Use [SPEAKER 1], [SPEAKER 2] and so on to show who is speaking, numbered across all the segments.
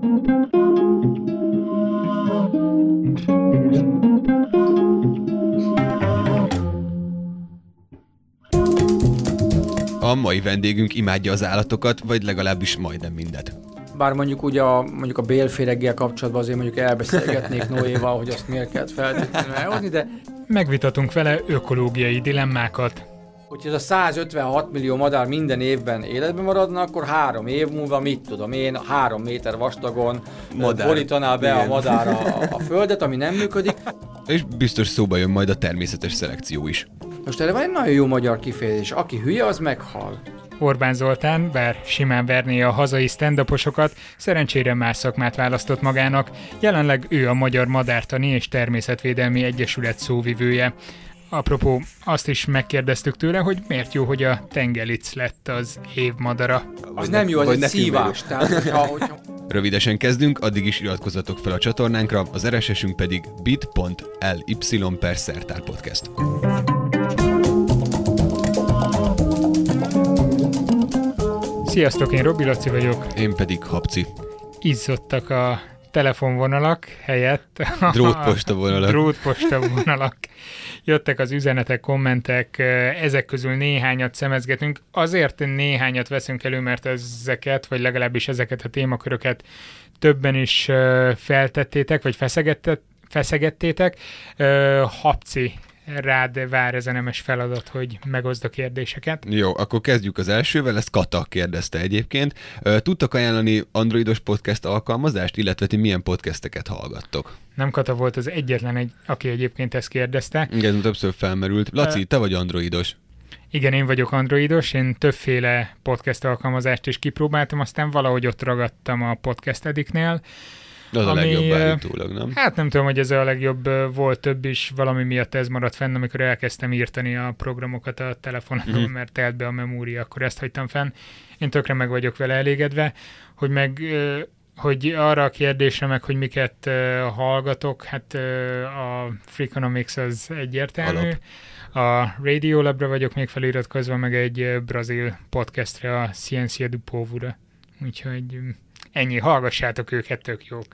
[SPEAKER 1] A mai vendégünk imádja az állatokat, vagy legalábbis majdnem mindet.
[SPEAKER 2] Bár mondjuk úgy mondjuk a bélféreggel kapcsolatban azért mondjuk elbeszélgetnék Noéval, hogy azt miért kellett feltétlenül elhozni, de
[SPEAKER 3] megvitatunk vele ökológiai dilemmákat.
[SPEAKER 2] hogyha ez a 156 millió madár minden évben életben maradna, akkor 3 év múlva, mit tudom én, 3 méter vastagon borítaná be a madár a földet, ami nem működik.
[SPEAKER 1] És biztos szóba jön majd a természetes szelekció is.
[SPEAKER 2] Most erre van egy nagyon jó magyar kifejezés, aki hülye, az meghal.
[SPEAKER 3] Orbán Zoltán, bár simán verné a hazai stand-uposokat, szerencsére más szakmát választott magának, jelenleg ő a Magyar Madártani és Természetvédelmi Egyesület szóvivője. Apropó, azt is megkérdeztük tőle, hogy miért jó, hogy a tengelic lett az év madara.
[SPEAKER 2] Az nem jó, az egy szívás.
[SPEAKER 1] Rövidesen kezdünk, addig is iratkozzatok fel a csatornánkra, az RSS-ünk pedig bit.ly/Szertár Podcast.
[SPEAKER 3] Sziasztok, én Robi Laci vagyok.
[SPEAKER 1] Én pedig Habci.
[SPEAKER 3] Izzottak a telefonvonalak helyett. Drótpostavonalak. Jöttek az üzenetek, kommentek, ezek közül néhányat szemezgetünk. Azért néhányat veszünk elő, mert ezeket, vagy legalábbis ezeket a témaköröket többen is feltettétek, vagy feszegettétek. Habci, rád vár ez a nemes feladat, hogy megoszd a kérdéseket.
[SPEAKER 1] Jó, akkor kezdjük az elsővel, ezt Kata kérdezte egyébként. Tudtak ajánlani androidos podcast alkalmazást, illetve ti milyen podcasteket hallgattok?
[SPEAKER 3] Nem Kata volt az egyetlen, aki egyébként ezt kérdezte.
[SPEAKER 1] Igen, többször felmerült. Laci, te vagy androidos.
[SPEAKER 3] Igen, én vagyok androidos, én többféle podcast alkalmazást is kipróbáltam, aztán valahogy ott ragadtam a Podcast Addictnél.
[SPEAKER 1] Az a legjobb állítólag, nem?
[SPEAKER 3] Hát nem tudom, hogy ez a legjobb, volt több is, valami miatt ez maradt fenn, amikor elkezdtem írtani a programokat a telefonon, mert telt be a memória, akkor ezt hagytam fenn. Én tökre meg vagyok vele elégedve, hogy arra a kérdésre meg, hogy miket hallgatok, hát a Freakonomics az egyértelmű. A Radiolabra vagyok még feliratkozva, meg egy brazil podcastre, a Ciência do Povo-ra. Úgyhogy ennyi, hallgassátok őket, tök jók.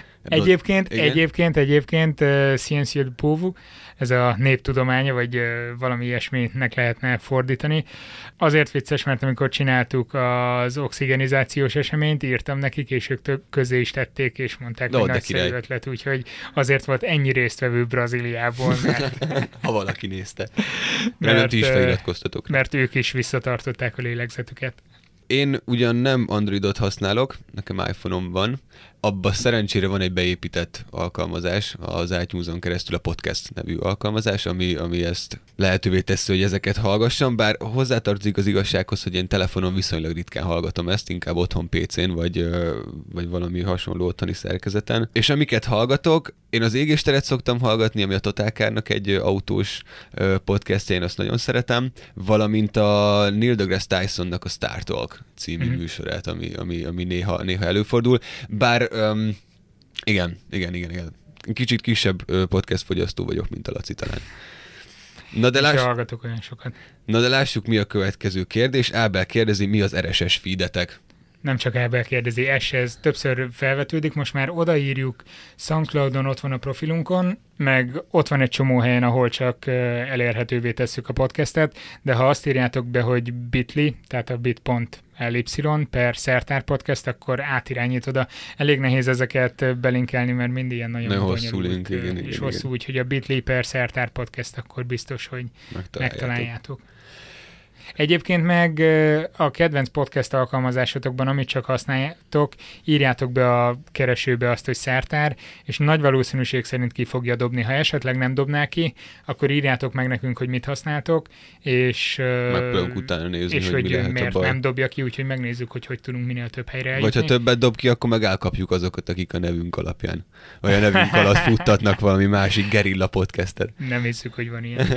[SPEAKER 3] Egyébként Ciência do Povo, ez a néptudománya, vagy valami ilyesminek lehetne fordítani. Azért vicces, mert amikor csináltuk az oxigenizációs eseményt, írtam nekik, és ők közé is tették, és mondták, hogy nagyszerű ötlet, úgyhogy azért volt ennyi résztvevő Brazíliából, mert...
[SPEAKER 1] ha valaki nézte. Mert is feliratkoztatok.
[SPEAKER 3] Mert ők is visszatartották a lélegzetüket.
[SPEAKER 1] Én ugyan nem Androidot használok, nekem iPhone-om van, abban szerencsére van egy beépített alkalmazás, az iTunes-on keresztül a Podcast nevű alkalmazás, ami ezt lehetővé teszi, hogy ezeket hallgassam, bár hozzátartozik az igazsághoz, hogy én telefonon viszonylag ritkán hallgatom ezt, inkább otthon PC-n, vagy valami hasonló otthoni szerkezeten. És amiket hallgatok, én az Égésteret szoktam hallgatni, ami a Totálkárnak egy autós podcastja, én azt nagyon szeretem, valamint a Neil deGrasse Tysonnak a Star Talk című műsorát, ami néha előfordul. Bár igen. Kicsit kisebb podcast fogyasztó vagyok, mint a Laci talán.
[SPEAKER 3] Hallgatok olyan sokat.
[SPEAKER 1] Na de lássuk, mi a következő kérdés. Ábel kérdezi, mi az RSS feedetek?
[SPEAKER 3] Nem csak Ábel kérdezi, ez többször felvetődik, most már odaírjuk, SoundCloudon ott van a profilunkon, meg ott van egy csomó helyen, ahol csak elérhetővé tesszük a podcastet, de ha azt írjátok be, hogy bit.ly, tehát a bit.ly/Szertár Podcast, akkor átirányít oda. Elég nehéz ezeket belinkelni, mert mindig ilyen nagyon
[SPEAKER 1] hosszú link,
[SPEAKER 3] és hosszú, úgyhogy a bit.ly/Szertár Podcast, akkor biztos, hogy megtaláljátok. Egyébként meg a kedvenc podcast alkalmazásotokban, amit csak használjátok, írjátok be a keresőbe azt, hogy Szertár, és nagy valószínűség szerint ki fogja dobni. Ha esetleg nem dobná ki, akkor írjátok meg nekünk, hogy mit használtok, és
[SPEAKER 1] megpróbáljuk utána nézni,
[SPEAKER 3] és
[SPEAKER 1] hogy mi lehet
[SPEAKER 3] miért
[SPEAKER 1] a baj.
[SPEAKER 3] Nem dobja ki, úgyhogy megnézzük, hogy tudunk minél több helyre eljutni.
[SPEAKER 1] Vagy ha többet dob ki, akkor meg elkapjuk azokat, akik a nevünk alapján, vagy a nevünk alatt futtatnak valami másik gerilla podcastet.
[SPEAKER 3] Nem hiszük, hogy van ilyen.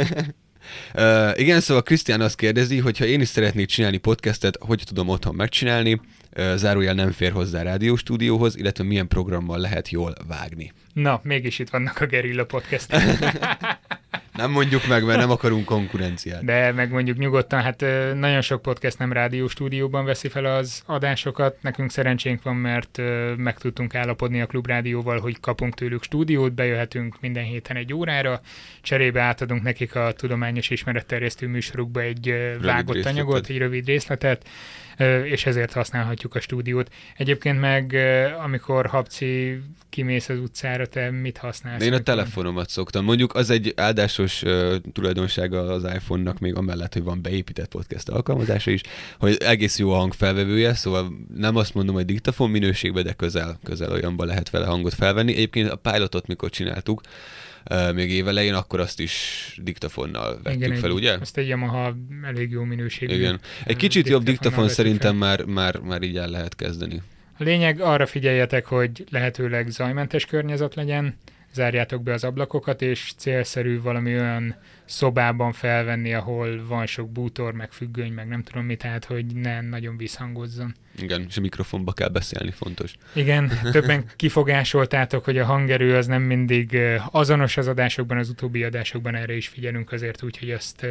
[SPEAKER 1] Igen, szóval Krisztián azt kérdezi, hogy ha én is szeretnék csinálni podcastet, hogy tudom otthon megcsinálni, zárójel nem fér hozzá rádióstúdióhoz, illetve milyen programmal lehet jól vágni.
[SPEAKER 3] Na, mégis itt vannak a gerilla podcastek.
[SPEAKER 1] Nem mondjuk meg, mert nem akarunk konkurenciát.
[SPEAKER 3] De meg mondjuk nyugodtan, hát nagyon sok podcast nem rádióstúdióban veszi fel az adásokat. Nekünk szerencsénk van, mert meg tudtunk állapodni a Klubrádióval, hogy kapunk tőlük stúdiót, bejöhetünk minden héten egy órára, cserébe átadunk nekik a tudományos ismeretterjesztő műsorukba egy vágott anyagot, egy rövid részletet, és ezért használhatjuk a stúdiót. Egyébként meg, amikor Habci kimész az utcára, te mit használsz?
[SPEAKER 1] Én a telefonomat szoktam. Mondjuk az egy áldásos tulajdonsága az iPhone-nak, még amellett, hogy van beépített podcast alkalmazása is, hogy egész jó a hangfelvevője, szóval nem azt mondom, hogy diktafon minőségben, de közel olyanban lehet vele hangot felvenni. Egyébként a pilotot, mikor csináltuk, még évelején, akkor azt is diktafonnal vettük fel, ugye?
[SPEAKER 3] Ezt egy Yamaha elég jó minőségű.
[SPEAKER 1] Igen. Egy kicsit jobb diktafon szerintem már így el lehet kezdeni.
[SPEAKER 3] A lényeg, arra figyeljetek, hogy lehetőleg zajmentes környezet legyen, zárjátok be az ablakokat, és célszerű valami olyan szobában felvenni, ahol van sok bútor, meg függöny, meg nem tudom mi, tehát hogy ne nagyon visszhangozzon.
[SPEAKER 1] Igen, és a mikrofonba kell beszélni, fontos.
[SPEAKER 3] Igen, többen kifogásoltátok, hogy a hangerő az nem mindig azonos az adásokban, az utóbbi adásokban erre is figyelünk azért, úgyhogy azt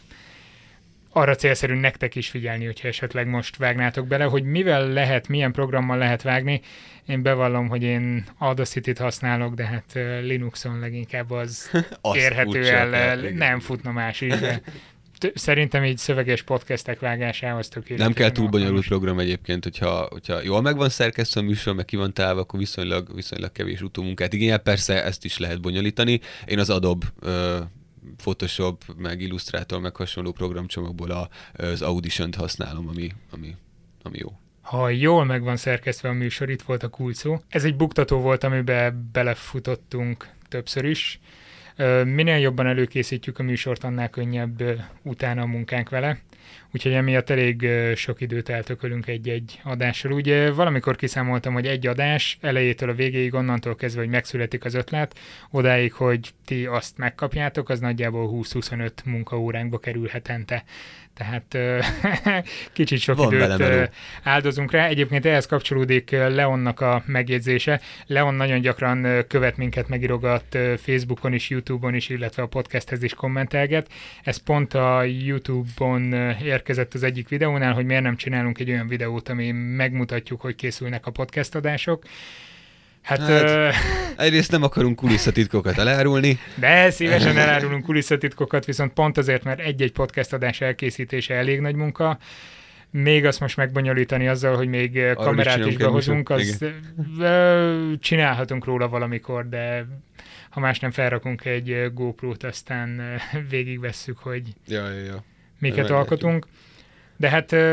[SPEAKER 3] arra célszerű nektek is figyelni, hogyha esetleg most vágnátok bele, hogy mivel lehet, milyen programmal lehet vágni. Én bevallom, hogy én Audacity-t használok, de hát Linuxon leginkább az érhető el, nem futna más is, de szerintem így szöveges podcastek vágásához tökéletes.
[SPEAKER 1] Nem kell túl bonyolult program egyébként, hogyha jól meg van szerkesztve a műsor, meg ki van találva, akkor viszonylag kevés utómunkát igényel. Persze ezt is lehet bonyolítani. Én az Adobe Photoshop, meg Illustrator, meg hasonló programcsomagból az Audition-t használom, ami jó.
[SPEAKER 3] Ha jól meg van szerkesztve a műsor, itt volt a kulcs szó. Ez egy buktató volt, amiben belefutottunk többször is. Minél jobban előkészítjük a műsort, annál könnyebb utána a munkánk vele. Úgyhogy emiatt elég sok időt eltökölünk egy-egy adással. Ugye valamikor kiszámoltam, hogy egy adás elejétől a végéig, onnantól kezdve, hogy megszületik az ötlet, odáig, hogy ti azt megkapjátok, az nagyjából 20-25 munkaóránkba kerül hetente. Tehát kicsit sok időt áldozunk rá. Egyébként ehhez kapcsolódik Leonnak a megjegyzése. Leon nagyon gyakran követ minket, megirogat Facebookon is, YouTube-on is, illetve a podcasthez is kommentelget. Ez pont a YouTube-on érkezett az egyik videónál, hogy miért nem csinálunk egy olyan videót, ami megmutatjuk, hogy készülnek a podcast adások. Hát
[SPEAKER 1] egyrészt nem akarunk kulisszatitkokat elárulni.
[SPEAKER 3] De szívesen elárulunk kulisszatitkokat, viszont pont azért, mert egy-egy podcast adás elkészítése elég nagy munka. Még azt most megbonyolítani azzal, hogy még kamerát is behozunk, az csinálhatunk róla valamikor, de ha más nem, felrakunk egy GoPro-t, aztán végigvesszük, hogy miket alkotunk. De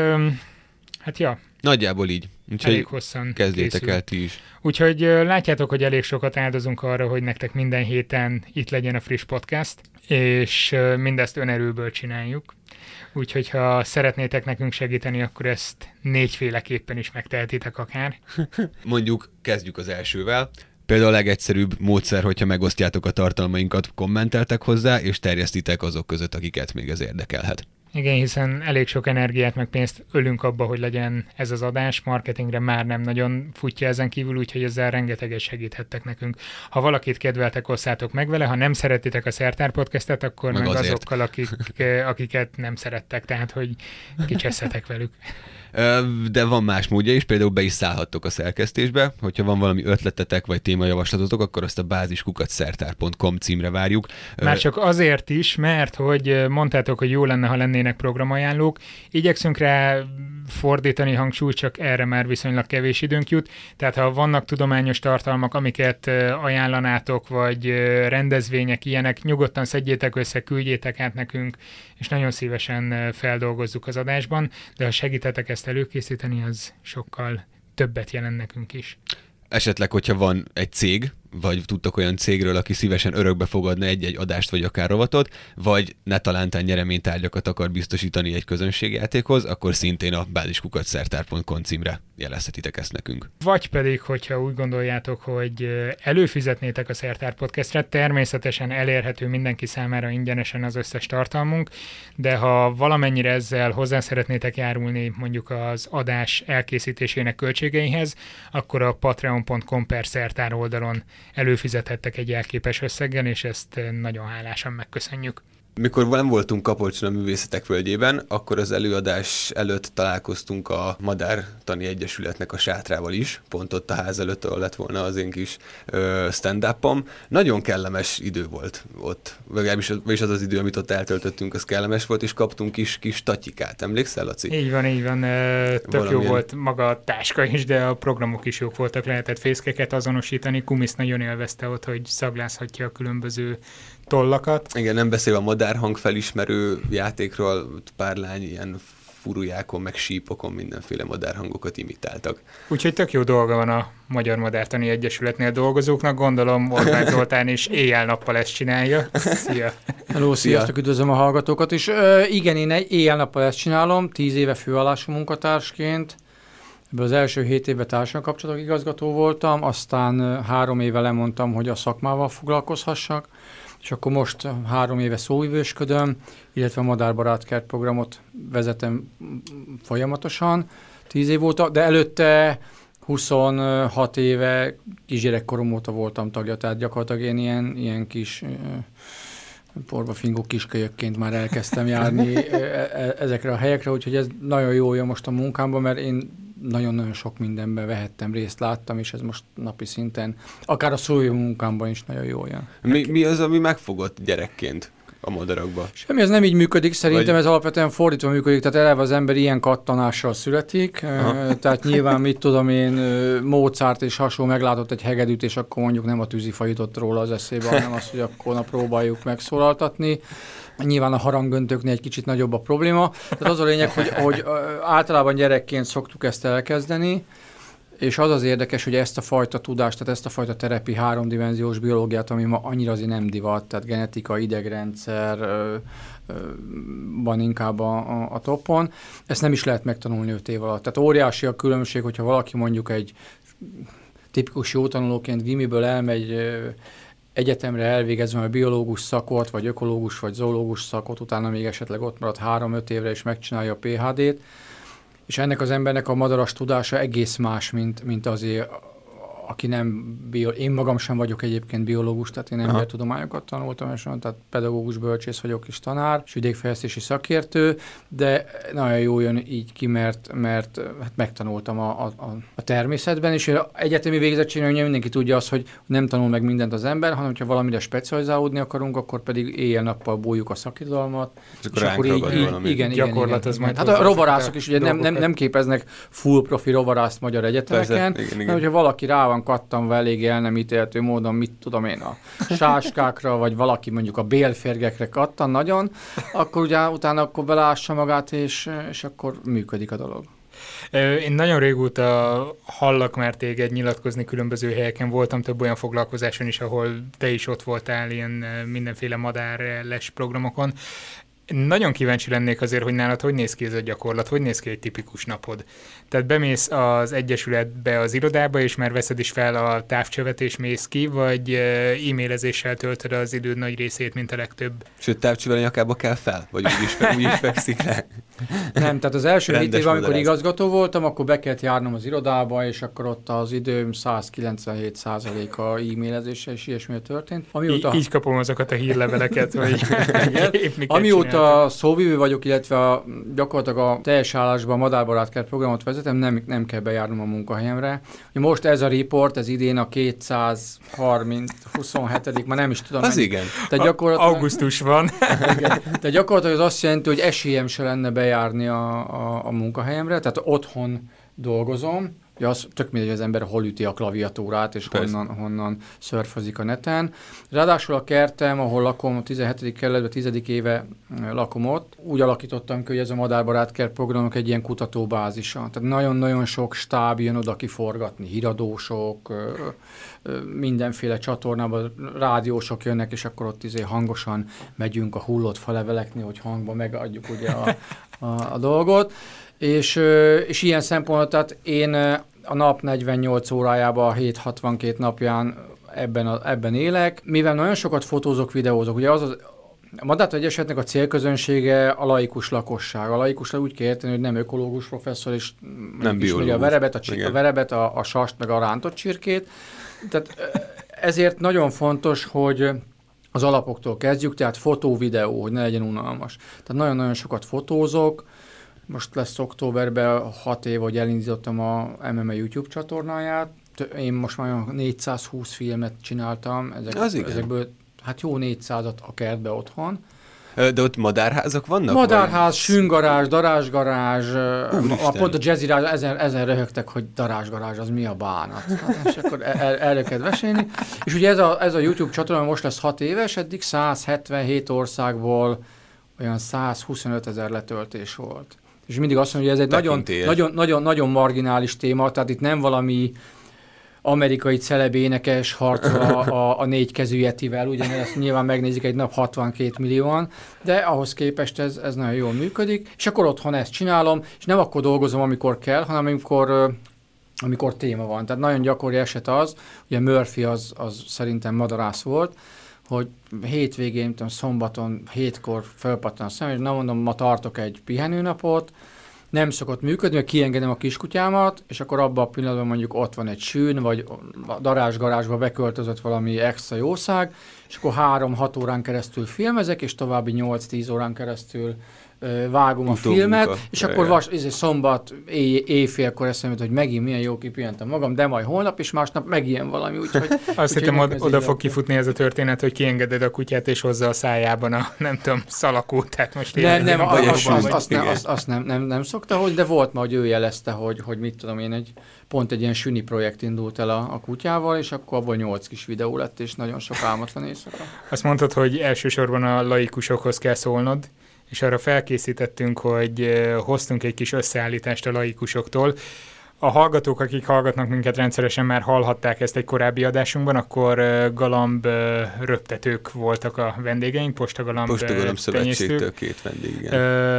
[SPEAKER 3] hát ja.
[SPEAKER 1] Nagyjából így. Úgyhogy
[SPEAKER 3] elég hosszan
[SPEAKER 1] kezdjétek el ti is.
[SPEAKER 3] Úgyhogy látjátok, hogy elég sokat áldozunk arra, hogy nektek minden héten itt legyen a friss podcast, és mindezt önerőből csináljuk. Úgyhogy ha szeretnétek nekünk segíteni, akkor ezt 4 féleképpen is megtehetitek akár.
[SPEAKER 1] Mondjuk kezdjük az elsővel. Például a legegyszerűbb módszer, hogyha megosztjátok a tartalmainkat, kommenteltek hozzá, és terjesztitek azok között, akiket még ez érdekelhet.
[SPEAKER 3] Igen, hiszen elég sok energiát meg pénzt ölünk abba, hogy legyen ez az adás, marketingre már nem nagyon futja ezen kívül, úgyhogy ezzel rengeteget segíthettek nekünk. Ha valakit kedveltek, osszátok meg vele, ha nem szeretitek a Szertár Podcastet, akkor meg azokkal, akiket nem szerettek, tehát hogy kicseszhetek velük.
[SPEAKER 1] De van más módja is, például be is szállhattok a szerkesztésbe, hogyha van valami ötletetek vagy témajavaslatotok, akkor azt a báziskukac.szertár.com címre várjuk.
[SPEAKER 3] Már csak azért is, mert hogy mondtátok, hogy jó lenne, ha lennének programajánlók. Igyekszünk rá fordítani hangsúlyt, csak erre már viszonylag kevés időnk jut. Tehát ha vannak tudományos tartalmak, amiket ajánlanátok, vagy rendezvények ilyenek, nyugodtan szedjétek össze, küldjétek át nekünk, és nagyon szívesen feldolgozzuk az adásban, de ha segítetek ezt előkészíteni, az sokkal többet jelent nekünk is.
[SPEAKER 1] Esetleg, hogyha van egy cég, vagy tudtok olyan cégről, aki szívesen örökbe fogadna egy-egy adást, vagy akár rovatot, vagy ne talántán nyereménytárgyakat akar biztosítani egy közönségjátékhoz, akkor szintén a báziskukac.szertár.com címre jelezhetitek ezt nekünk.
[SPEAKER 3] Vagy pedig, hogyha úgy gondoljátok, hogy előfizetnétek a Szertár Podcastre, természetesen elérhető mindenki számára ingyenesen az összes tartalmunk, de ha valamennyire ezzel hozzá szeretnétek járulni mondjuk az adás elkészítésének költségeihez, akkor a patreon.com/szertár oldalon előfizethettek egy elképes összeggel, és ezt nagyon hálásan megköszönjük.
[SPEAKER 1] Mikor nem voltunk Kapolcson a Művészetek Völgyében, akkor az előadás előtt találkoztunk a Madártani Egyesületnek a sátrával is, pont ott a ház előtt, ahol lett volna az én kis stand-upom. Nagyon kellemes idő volt ott, vagyis az az idő, amit ott eltöltöttünk, az kellemes volt, és kaptunk kis tatyikát. Emlékszel, Laci?
[SPEAKER 3] Így van. Tök jó volt maga a táska is, de a programok is jók voltak, lehetett fészkeket azonosítani. Kumisz nagyon élvezte ott, hogy szaglázhatja a különböző tollakat.
[SPEAKER 1] Igen, nem beszél a madárhang felismerő játékról, pár lány ilyen furujákon, meg sípokon mindenféle madárhangokat imitáltak.
[SPEAKER 3] Úgyhogy tök jó dolga van a Magyar Madártani Egyesületnél dolgozóknak, gondolom Orbán Zoltán is éjjel-nappal ezt csinálja. Szia!
[SPEAKER 2] Hello, sziasztok, üdvözlöm a hallgatókat is. Igen, én éjjel-nappal ezt csinálom, 10 éve főállású munkatársként. Ebből az első 7 évben társadalmi kapcsolatok igazgató voltam, aztán 3 éve lemondtam, hogy a szakmával foglalkozhassak, és akkor most 3 éve szóvivősködöm, illetve a Madárbarátkert programot vezetem folyamatosan, 10 év óta, de előtte 26 éve kisgyerekkorom óta voltam tagja, tehát gyakorlatilag én ilyen kis porbafingó kiskölyökként már elkezdtem járni ezekre a helyekre, úgyhogy ez nagyon jó jön most a munkámban, mert én nagyon-nagyon sok mindenben vehettem részt, láttam, és ez most napi szinten, akár a szóvivő munkámban is nagyon jól jön.
[SPEAKER 1] Mi az, ami megfogott gyerekként a madarakba?
[SPEAKER 2] Semmi, ez nem így működik, szerintem ez alapvetően fordítva működik, tehát eleve az ember ilyen kattanással születik, tehát nyilván mit tudom én, Mozart és hasonló meglátott egy hegedűt, és akkor mondjuk nem a tűzifa jutott róla az eszébe, hanem az, hogy akkor próbáljuk megszólaltatni. Nyilván a harangöntőknél egy kicsit nagyobb a probléma. Tehát az a lényeg, hogy általában gyerekként szoktuk ezt elkezdeni, és az az érdekes, hogy ezt a fajta tudást, tehát ezt a fajta terepi 3-dimenziós biológiát, ami ma annyira azért nem divat, tehát genetika, idegrendszer van inkább a topon, ezt nem is lehet megtanulni 5 év alatt. Tehát óriási a különbség, hogyha valaki mondjuk egy tipikus jó tanulóként gimiből elmegy egyetemre elvégezve a biológus szakot, vagy ökológus, vagy zoológus szakot, utána még esetleg ott marad 3-5 évre, és megcsinálja a PhD-t, és ennek az embernek a madaras tudása egész más, mint azért, aki nem én magam sem vagyok egyébként biológus, tehát én embertudományokat tanultam, és tehát pedagógus, bölcsész vagyok és tanár, és vidékfejlesztési szakértő, de nagyon jó jön így ki, mert hát megtanultam a természetben, és egyetemi végzettségben mindenki tudja azt, hogy nem tanul meg mindent az ember, hanem ha valamire specializálódni akarunk, akkor pedig éjjel-nappal bújjuk a szakirodalmat.
[SPEAKER 1] És akkor
[SPEAKER 2] igen.
[SPEAKER 3] Gyakorlat az majd.
[SPEAKER 2] Hát a rovarászok is ugye nem képeznek full profi rovarászt magyar egyetemeken, de hogyha valaki rá van kattanva elég el nem ítéltő módon, mit tudom én, a sáskákra, vagy valaki mondjuk a bélférgekre kattan nagyon, akkor ugye utána akkor belássa magát, és akkor működik a dolog.
[SPEAKER 3] Én nagyon régóta hallak már téged nyilatkozni különböző helyeken, voltam több olyan foglalkozáson is, ahol te is ott voltál ilyen mindenféle madárles programokon. Nagyon kíváncsi lennék azért, hogy nálad hogy néz ki ez a gyakorlat, hogy néz ki egy tipikus napod. Tehát bemész az egyesületbe, az irodába, és már veszed is fel a távcsövet, és mész ki, vagy e-mailezéssel töltöd az időd nagy részét, mint a legtöbb?
[SPEAKER 1] Sőt, távcsövel a nyakába kell fel? Vagy úgy is fekszik le?
[SPEAKER 2] Nem, tehát az első 7 év, amikor igazgató voltam, akkor be kellett járnom az irodába, és akkor ott az időm 197%-a e-mailezéssel, és ilyesmi történt.
[SPEAKER 3] Így kapom azokat a hírleveleket, hogy épp miket
[SPEAKER 2] Amióta szóvivő vagyok, illetve gyakorlatilag a teljes állásban a Madárbarátkert programot vezetem, nem kell bejárnom a munkahelyemre. Most ez a report, ez idén a 227. már nem is tudom.
[SPEAKER 1] Az igen.
[SPEAKER 3] Augusztus van.
[SPEAKER 2] Igen. Tehát gyakorlatilag az azt jelenti, hogy esélyem se lenne bejárni a munkahelyemre, tehát otthon dolgozom. Ja, az tök mindegy, az ember hol üti a klaviatúrát, és honnan szörfözik a neten. Ráadásul a kertem, ahol lakom, a 17. kerületben 10. éve lakom ott, úgy alakítottam ki, hogy ez a Madárbarátkert programok egy ilyen kutatóbázisa. Tehát nagyon-nagyon sok stáb jön oda kiforgatni, híradósok, mindenféle csatornában rádiósok jönnek, és akkor ott hangosan megyünk a hullott faleveleknél, hogy hangba megadjuk ugye a dolgot. És ilyen szempontból, tehát én a nap 48 órájában, a 7-62 napján ebben élek. Mivel nagyon sokat fotózok, videózok, ugye a Madártani Egyesületnek a célközönsége a laikus lakosság. A laikus úgy kell érteni, hogy nem ökológus professzor, és
[SPEAKER 1] nem biológus.
[SPEAKER 2] A verebet, a sast, meg a rántott csirkét. Tehát ezért nagyon fontos, hogy az alapoktól kezdjük, tehát fotó, videó, hogy ne legyen unalmas. Tehát nagyon-nagyon sokat fotózok, most lesz októberben 6 év, hogy elindítottam a MMA YouTube csatornáját, én most már 420 filmet csináltam, ezekből hát jó 400-at a kertbe otthon.
[SPEAKER 1] De ott madárházak vannak?
[SPEAKER 2] Madárház, süngarázs, darázsgarázs, pont a jazzirázs ezen röhögtek, hogy darázsgarázs, az mi a bánat. És akkor erre kell mesélni. És ugye ez a YouTube csatorna most lesz 6 éves, eddig 177 országból olyan 125 000 letöltés volt. És mindig azt mondja, hogy ez egy nagyon marginális téma, tehát itt nem valami amerikai celeb énekes harcol a négykezű Yetivel, ugyanis ezt nyilván megnézik egy nap 62 millióan, de ahhoz képest ez nagyon jól működik, és akkor otthon ezt csinálom, és nem akkor dolgozom, amikor kell, hanem amikor téma van. Tehát nagyon gyakori eset az, ugye Murphy az szerintem madarász volt, hogy hétvégén, szombaton 7-kor felpattan a szem, és nem mondom, ma tartok egy pihenőnapot, nem szokott működni, mert kiengedem a kiskutyámat, és akkor abban a pillanatban mondjuk ott van egy sűn, vagy a darázsgarázsba beköltözött valami extra jószág, és akkor 3-6 órán keresztül filmezek, és további 8-10 órán keresztül vágom a filmet, és akkor szombat éjfélkor eszembe, hogy megint milyen jó kipihentem magam, de majd holnap és másnap megint valami, úgyhogy...
[SPEAKER 3] Azt hittem, oda fog kifutni ez a történet, hogy kiengeded a kutyát, és hozza a szájában a, nem tudom, szalakút, tehát most
[SPEAKER 2] azt nem szokta, de volt ma, hogy ő jelezte, hogy mit tudom én, pont egy ilyen süni projekt indult el a kutyával, és akkor abból 8 kis videó lett, és nagyon sok álmatlan éjszaka.
[SPEAKER 3] Azt mondtad, hogy elsősorban a laikusokhoz kell szólnod, és arra felkészítettünk, hogy hoztunk egy kis összeállítást a laikusoktól. A hallgatók, akik hallgatnak minket rendszeresen, már hallhatták ezt egy korábbi adásunkban, akkor galamb röptetők voltak a vendégeink, Postagalamb
[SPEAKER 1] Szövetségtől 2 vendég.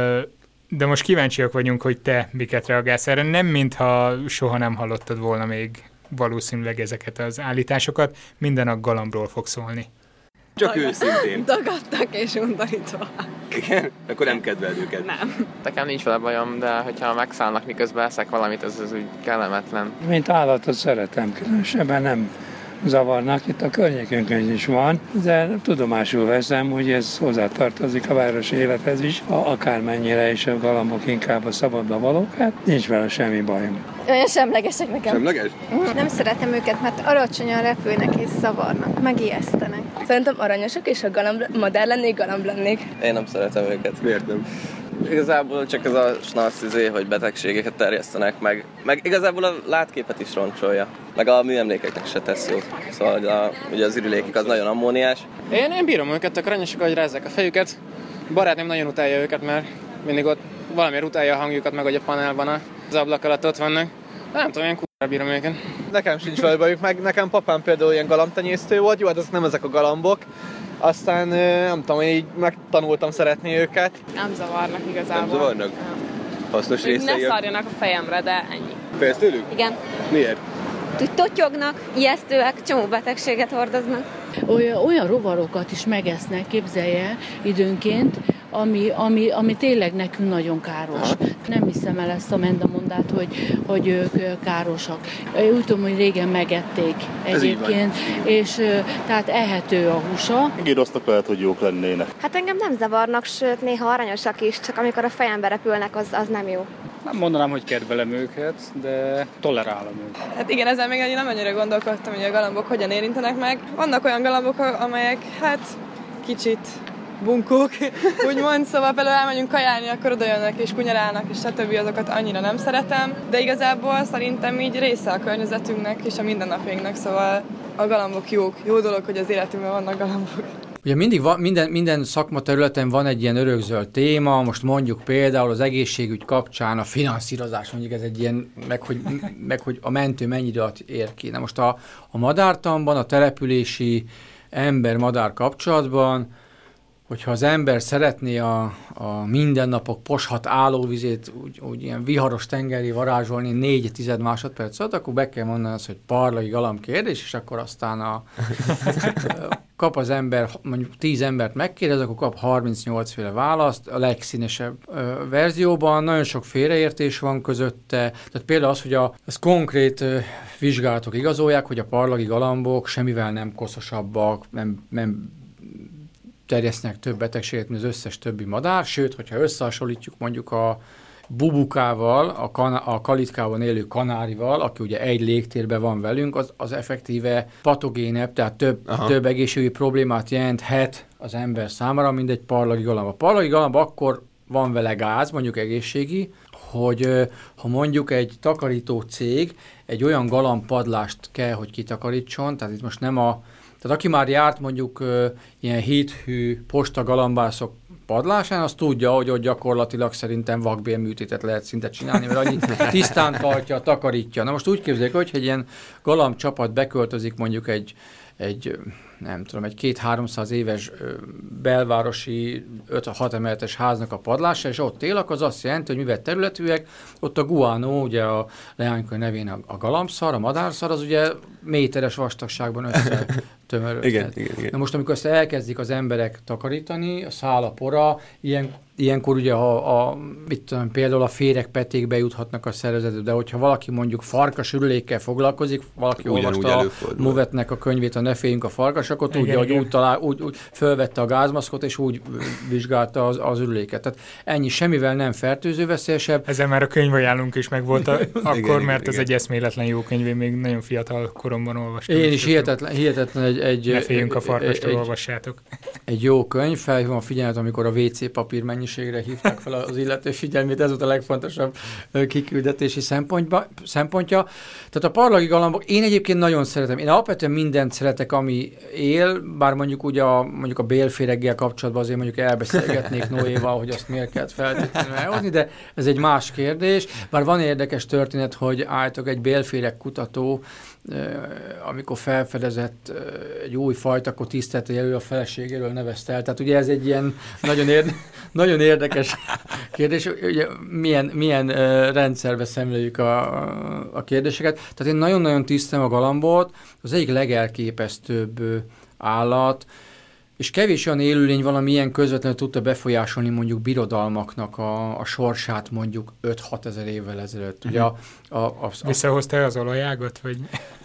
[SPEAKER 3] De most kíváncsiak vagyunk, hogy te miket reagálsz erre. Nem mintha soha nem hallottad volna még valószínűleg ezeket az állításokat. Minden a galambról fog szólni.
[SPEAKER 4] Csak őszintén.
[SPEAKER 5] Dagadtak és undorítva.
[SPEAKER 4] Igen? Akkor nem kedveld őket.
[SPEAKER 5] Nem.
[SPEAKER 6] Nekem nincs vele bajom, de hogyha megszállnak miközben eszek valamit, ez úgy kellemetlen.
[SPEAKER 7] Mint állatot szeretem, különösebben nem zavarnak, itt a környékünkön is van, de tudomásul veszem, hogy ez hozzátartozik a városi élethez is, akármennyire is a galambok inkább a szabadba valók, hát nincs vele semmi bajom.
[SPEAKER 5] Olyan semlegesek nekem.
[SPEAKER 4] Semleges?
[SPEAKER 5] Nem szeretem őket, mert alacsonyan repülnek és zavarnak, megijesztenek.
[SPEAKER 8] Szerintem aranyosak, és ha madár lennék, galamb lennék.
[SPEAKER 9] Én nem szeretem őket.
[SPEAKER 4] Miért nem?
[SPEAKER 9] Igazából csak ez a snasz hogy betegségeket terjesztenek meg. Meg igazából a látképet is roncsolja. Meg a műemlékeknek se tesz jót. Szóval ugye az ürülékük az nagyon ammóniás.
[SPEAKER 6] Én bírom őket, tök aranyosak, hogy rázzák a fejüket. Barátném nagyon utálja őket, mert mindig ott valamiért utálja a hangjukat, meg hogy a panelban az ablak alatt ott vannak. Nem tudom, én bírom őket.
[SPEAKER 10] Nekem sincs vele bajuk, meg nekem papám például ilyen galambtenyésztő volt, jó, hát azok nem ezek a galambok. Aztán nem tudom, én így megtanultam szeretni őket.
[SPEAKER 11] Nem zavarnak igazából.
[SPEAKER 4] Nem zavarnak? Hasznos részei.
[SPEAKER 11] Ne szarjanak a fejemre, de ennyi.
[SPEAKER 4] Félsz tőlük?
[SPEAKER 11] Igen.
[SPEAKER 4] Miért?
[SPEAKER 5] Úgy totyognak, ijesztőek, csomó betegséget hordoznak.
[SPEAKER 12] Olyan rovarokat is megesznek, képzelje időnként, ami tényleg nekünk nagyon káros. Nem hiszem el ezt a mendamondát, hogy ők károsak. Úgy tudom, hogy régen megették egyébként, és tehát ehető a húsa.
[SPEAKER 13] Gíroztak lehet, hogy jók lennének.
[SPEAKER 5] Hát engem nem zavarnak, sőt néha aranyosak is, csak amikor a fejembe repülnek, az nem jó.
[SPEAKER 14] Nem mondanám, hogy kedvelem őket, de tolerálom őket.
[SPEAKER 11] Hát igen, ezzel még nem annyira gondolkodtam, hogy a galambok hogyan érintenek meg. Vannak olyan galambok, amelyek hát kicsit bunkók, úgymond, szóval például elmegyünk kajálni, akkor oda jönnek és kunyarálnak, és stb. Azokat annyira nem szeretem, de igazából szerintem így része a környezetünknek és a mindennapjainknak, szóval a galambok jók. Jó dolog, hogy az életünkben vannak galambok.
[SPEAKER 2] Ugye mindig minden szakmaterületen van egy ilyen örökzöld téma, most mondjuk például az egészségügy kapcsán a finanszírozás, mondjuk ez egy ilyen, meg hogy a mentő mennyi időt ér ki. Na most a madártanban, a települési ember-madár kapcsolatban, hogyha az ember szeretné a mindennapok poshat állóvizét úgy ilyen viharos tengeré varázsolni 4/10 másodperc alatt, akkor be kell mondani azt, hogy parlagi galamb kérdés, és akkor aztán kap az ember, mondjuk 10 embert megkérdez, akkor kap 38 féle választ, a legszínesebb verzióban, nagyon sok félreértés van közötte, tehát például az, hogy az konkrét vizsgálatok igazolják, hogy a parlagi galambok semmivel nem koszosabbak, nem terjesztenek több betegséget, mint az összes többi madár, sőt, hogyha összehasonlítjuk mondjuk a bubukával, a kalitkában élő kanárival, aki ugye egy légtérben van velünk, az effektíve patogénebb, tehát több egészségügyi problémát jelenthet az ember számára, mint egy parlagi galamb. A parlagi galamb akkor van vele gáz, mondjuk egészségi, hogy ha mondjuk egy takarító cég egy olyan galambpadlást kell, hogy kitakarítson, tehát itt most nem tehát aki már járt mondjuk ilyen héthű postagalambászok padlásán, az tudja, hogy ott gyakorlatilag szerintem vakbélműtétet lehet szinte csinálni, mert annyi tisztán tartja, takarítja. Na most úgy képzeljük, hogy egy ilyen galambcsapat beköltözik mondjuk egy nem tudom, egy 200-300 éves belvárosi 5-6 emeletes háznak a padlása, és ott él, az azt jelenti, hogy mivel területűek, ott a guánó, ugye a leánykönyv nevén a galambszar, a madárszar, az ugye méteres vastagságban összetömörödik.
[SPEAKER 1] Igen.
[SPEAKER 2] Na most, amikor ezt elkezdik az emberek takarítani, a szál, a pora, ilyenkor ugye például a féreg petékbe juthatnak a szervezetbe, de hogyha valaki mondjuk farkas ürülékkel foglalkozik, valaki olvasta a Movetnek a könyvét, a Ne féljünk a farkas, akkor tudja, hogy úgy fölvette a gázmaszkot, és úgy vizsgálta az ürüléket. Tehát ennyi, semmivel nem fertőzőveszélyesebb.
[SPEAKER 3] Ezzel már a könyvajánlónk is megvolt akkor, mert ez egy eszméletlen jó könyv, én még nagyon fiatal koromban olvastam.
[SPEAKER 2] Én is hihetetlen
[SPEAKER 3] Ne féljünk a farkastól, olvassátok.
[SPEAKER 2] Egy jó könyv, felhívom a figyelmet, amikor a WC papír mennyiségre hívták fel az illető figyelmét, ez volt a legfontosabb kiküldetési szempontja. Tehát a parlagi galambok, én egyébként nagyon szeretem. Én alapvetően mindent szeretek, ami él, bár mondjuk mondjuk a bélféreggel kapcsolatban azért mondjuk elbeszélgetnék Noéval, hogy azt miért kellett feltétlenül elhozni, de ez egy más kérdés. Bár van érdekes történet, hogy állítok egy bélféreg kutató, amikor felfedezett egy új fajta, akkor tisztelte elő a feleségéről nevezte el. Tehát ugye ez egy ilyen nagyon érdekes kérdés, ugye milyen rendszerbe szemléljük a kérdéseket. Tehát én nagyon-nagyon tisztelem a galambot, az egyik legelképesztőbb állat, és kevés olyan élőlény valamilyen közvetlenül tudta befolyásolni mondjuk birodalmaknak a sorsát mondjuk 5-6 ezer évvel ezelőtt. Ugye
[SPEAKER 3] Visszahozta az olajágat, vagy?